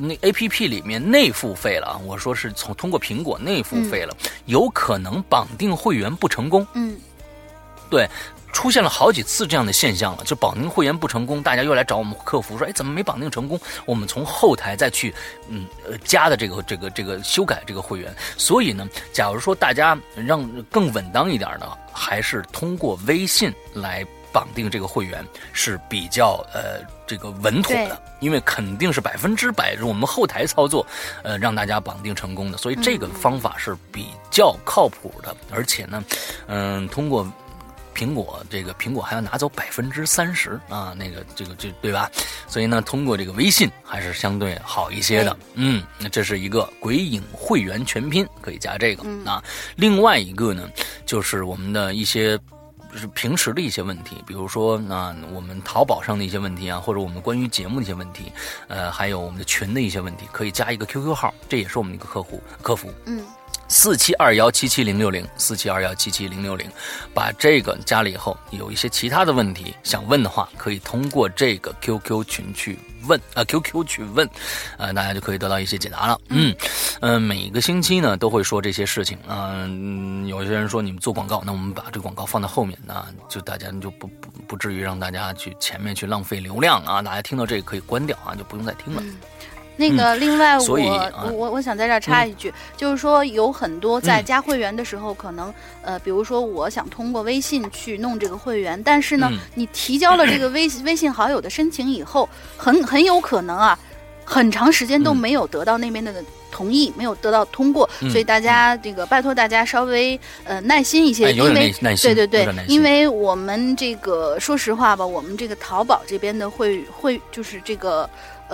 APP 里面内付费了，我说是通过苹果内付费了，有可能绑定会员不成功。对，出现了好几次这样的现象了，就绑定会员不成功，大家又来找我们客服说，怎么没绑定成功？我们从后台再去加的这个修改这个会员。所以呢，假如说大家让更稳当一点的，还是通过微信来绑定这个会员是比较这个稳妥的，因为肯定是100%我们后台操作让大家绑定成功的，所以这个方法是比较靠谱的。而且呢通过苹果还要拿走30%啊，这个对吧？所以呢，通过这个微信还是相对好一些的。那这是一个鬼影会员全拼，可以加这个啊。另外一个呢，就是我们的一些是平时的一些问题，比如说我们淘宝上的一些问题啊，或者我们关于节目的一些问题，还有我们的群的一些问题，可以加一个 QQ 号，这也是我们的一个客服。47217760，47217760，把这个加了以后，有一些其他的问题想问的话，可以通过这个 QQ 群去问，QQ 去问，大家就可以得到一些解答了。每个星期呢都会说这些事情。有些人说你们做广告，那我们把这个广告放在后面，就大家就不至于让大家去前面去浪费流量啊，大家听到这个可以关掉啊，就不用再听了。 那个，另外我想在这儿插一句，就是说有很多在加会员的时候，可能比如说我想通过微信去弄这个会员，但是呢，你提交了这个微信好友的申请以后，很有可能很长时间都没有得到那边的同意，没有得到通过，所以大家这个拜托大家稍微耐心一些，因为对，因为我们这个说实话吧，我们这个淘宝这边的会就是这个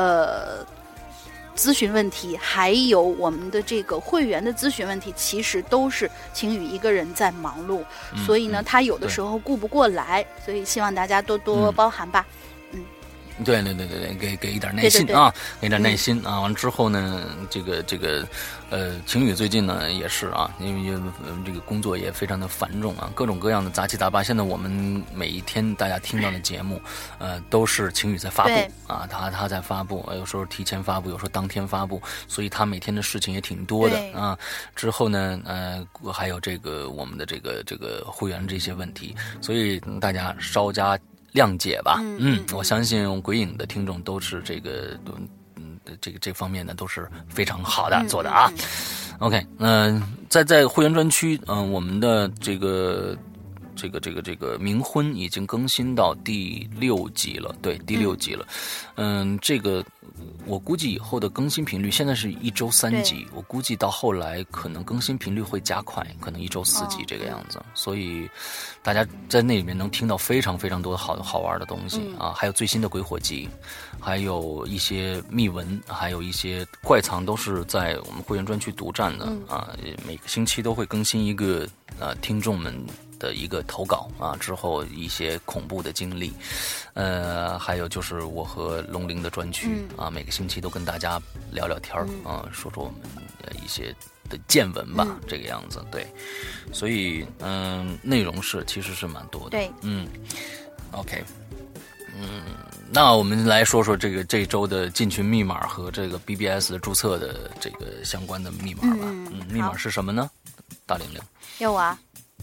咨询问题，还有我们的这个会员的咨询问题，其实都是晴雨一个人在忙碌，所以呢，他有的时候顾不过来，所以希望大家多多包涵吧。 对，给一点耐心啊，给点耐心啊。完了之后呢，这个晴雨最近呢也是因为这个工作也非常的繁重啊，各种各样的杂七杂八。现在我们每一天大家听到的节目，都是晴雨在发布啊，他在发布，有时候提前发布，有时候当天发布，所以他每天的事情也挺多的啊。之后呢，还有这个我们的这个会员这些问题，所以大家稍加谅解吧。我相信鬼影的听众都是这方面呢都是非常好的做的啊。OK， 在会员专区，我们的这个冥婚已经更新到第6集了，对，第6集了。这个我估计以后的更新频率，现在是1周3集，我估计到后来可能更新频率会加快，可能1周4集这个样子。所以大家在那里面能听到非常非常多的好玩的东西啊，还有最新的鬼火集，还有一些秘闻，还有一些怪藏，都是在我们会员专区独占的啊。每个星期都会更新一个听众们的一个投稿啊，之后一些恐怖的经历，还有就是我和龙鳞的专区啊，每个星期都跟大家聊聊天啊，说说我们一些的见闻吧，这个样子。对，所以内容其实是蛮多的。 对 ，OK，那我们来说说这周的进群密码和这个 BBS 的注册的这个相关的密码吧。密码是什么呢？大玲玲。 有啊。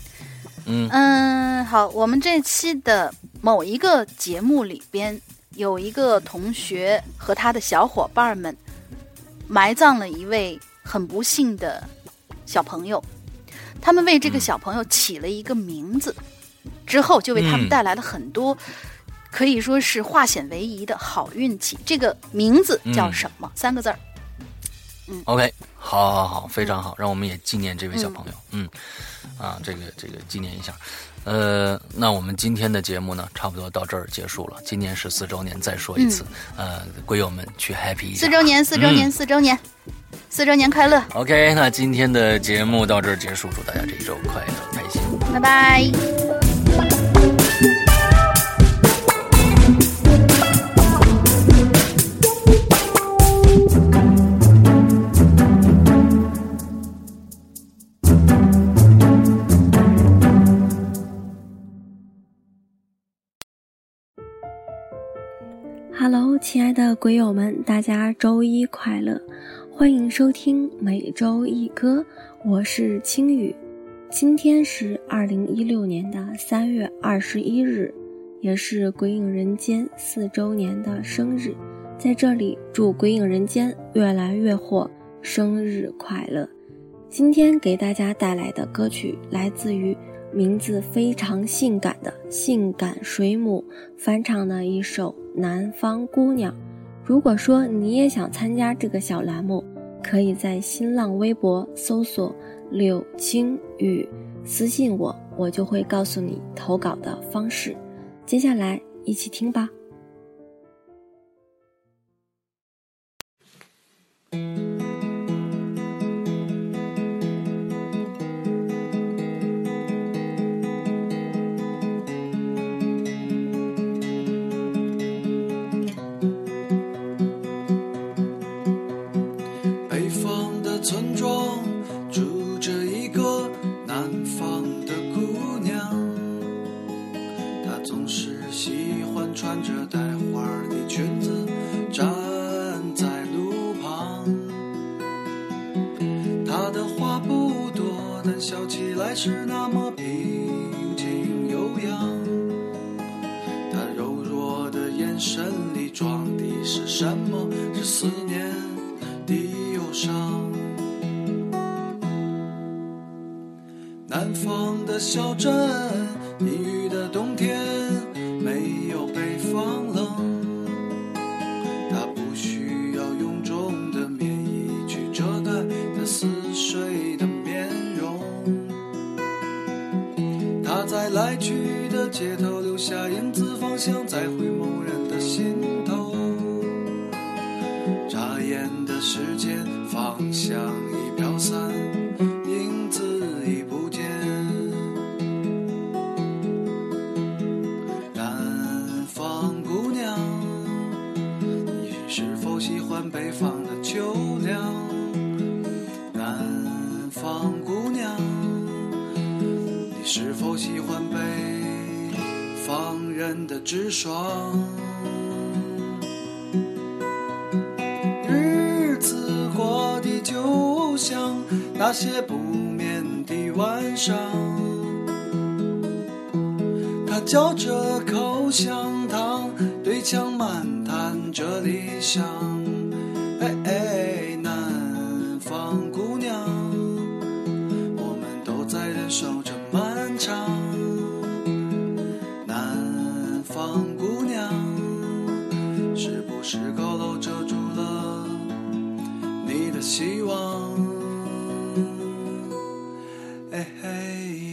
好，我们这期的某一个节目里边，有一个同学和他的小伙伴们埋葬了一位很不幸的小朋友，他们为这个小朋友起了一个名字，之后就为他们带来了很多可以说是化险为夷的好运气。这个名字叫什么？3个字儿。 OK， 好，非常好，让我们也纪念这位小朋友。这个纪念一下。那我们今天的节目呢，差不多到这儿结束了。今年是4周年，再说一次，鬼友们去 happy 一下。4周年，4周年快乐。 OK， 那今天的节目到这儿结束，祝大家这一周快乐开心。 拜拜。 Hello， 亲爱的鬼友们，大家周一快乐！欢迎收听每周一歌，我是青雨。今天是2016年的3月21日，也是鬼影人间4周年的生日。在这里祝鬼影人间越来越火，生日快乐！今天给大家带来的歌曲来自于名字非常性感的性感水母翻唱的一首南方姑娘。如果说你也想参加这个小栏目，可以在新浪微博搜索柳青雨，私信我，我就会告诉你投稿的方式。接下来一起听吧。 村庄住着一个南方的姑娘，她总是喜欢穿着带花的裙子站在路旁。她的话不多，但笑起来是那么平静悠扬。她柔弱的眼神里装的是什么？是思念的忧伤。南方的小镇，阴郁的冬天，没有北方冷。它不需要臃肿的棉衣去遮盖它似水的面容。它在来去的街头留下影子，方向在回眸人的心头。眨眼的时间，方向已飘散，影子已不见。南方姑娘，你是否喜欢北方的秋凉？南方姑娘，你是否喜欢北方人的直爽？日子过得就像那些不眠的晚上，他嚼着口香糖，对墙漫谈着理想。哎哎，南方姑娘，我们都在忍受着漫长。南方姑娘，是不是高楼遮住了你的希望？哎嘿。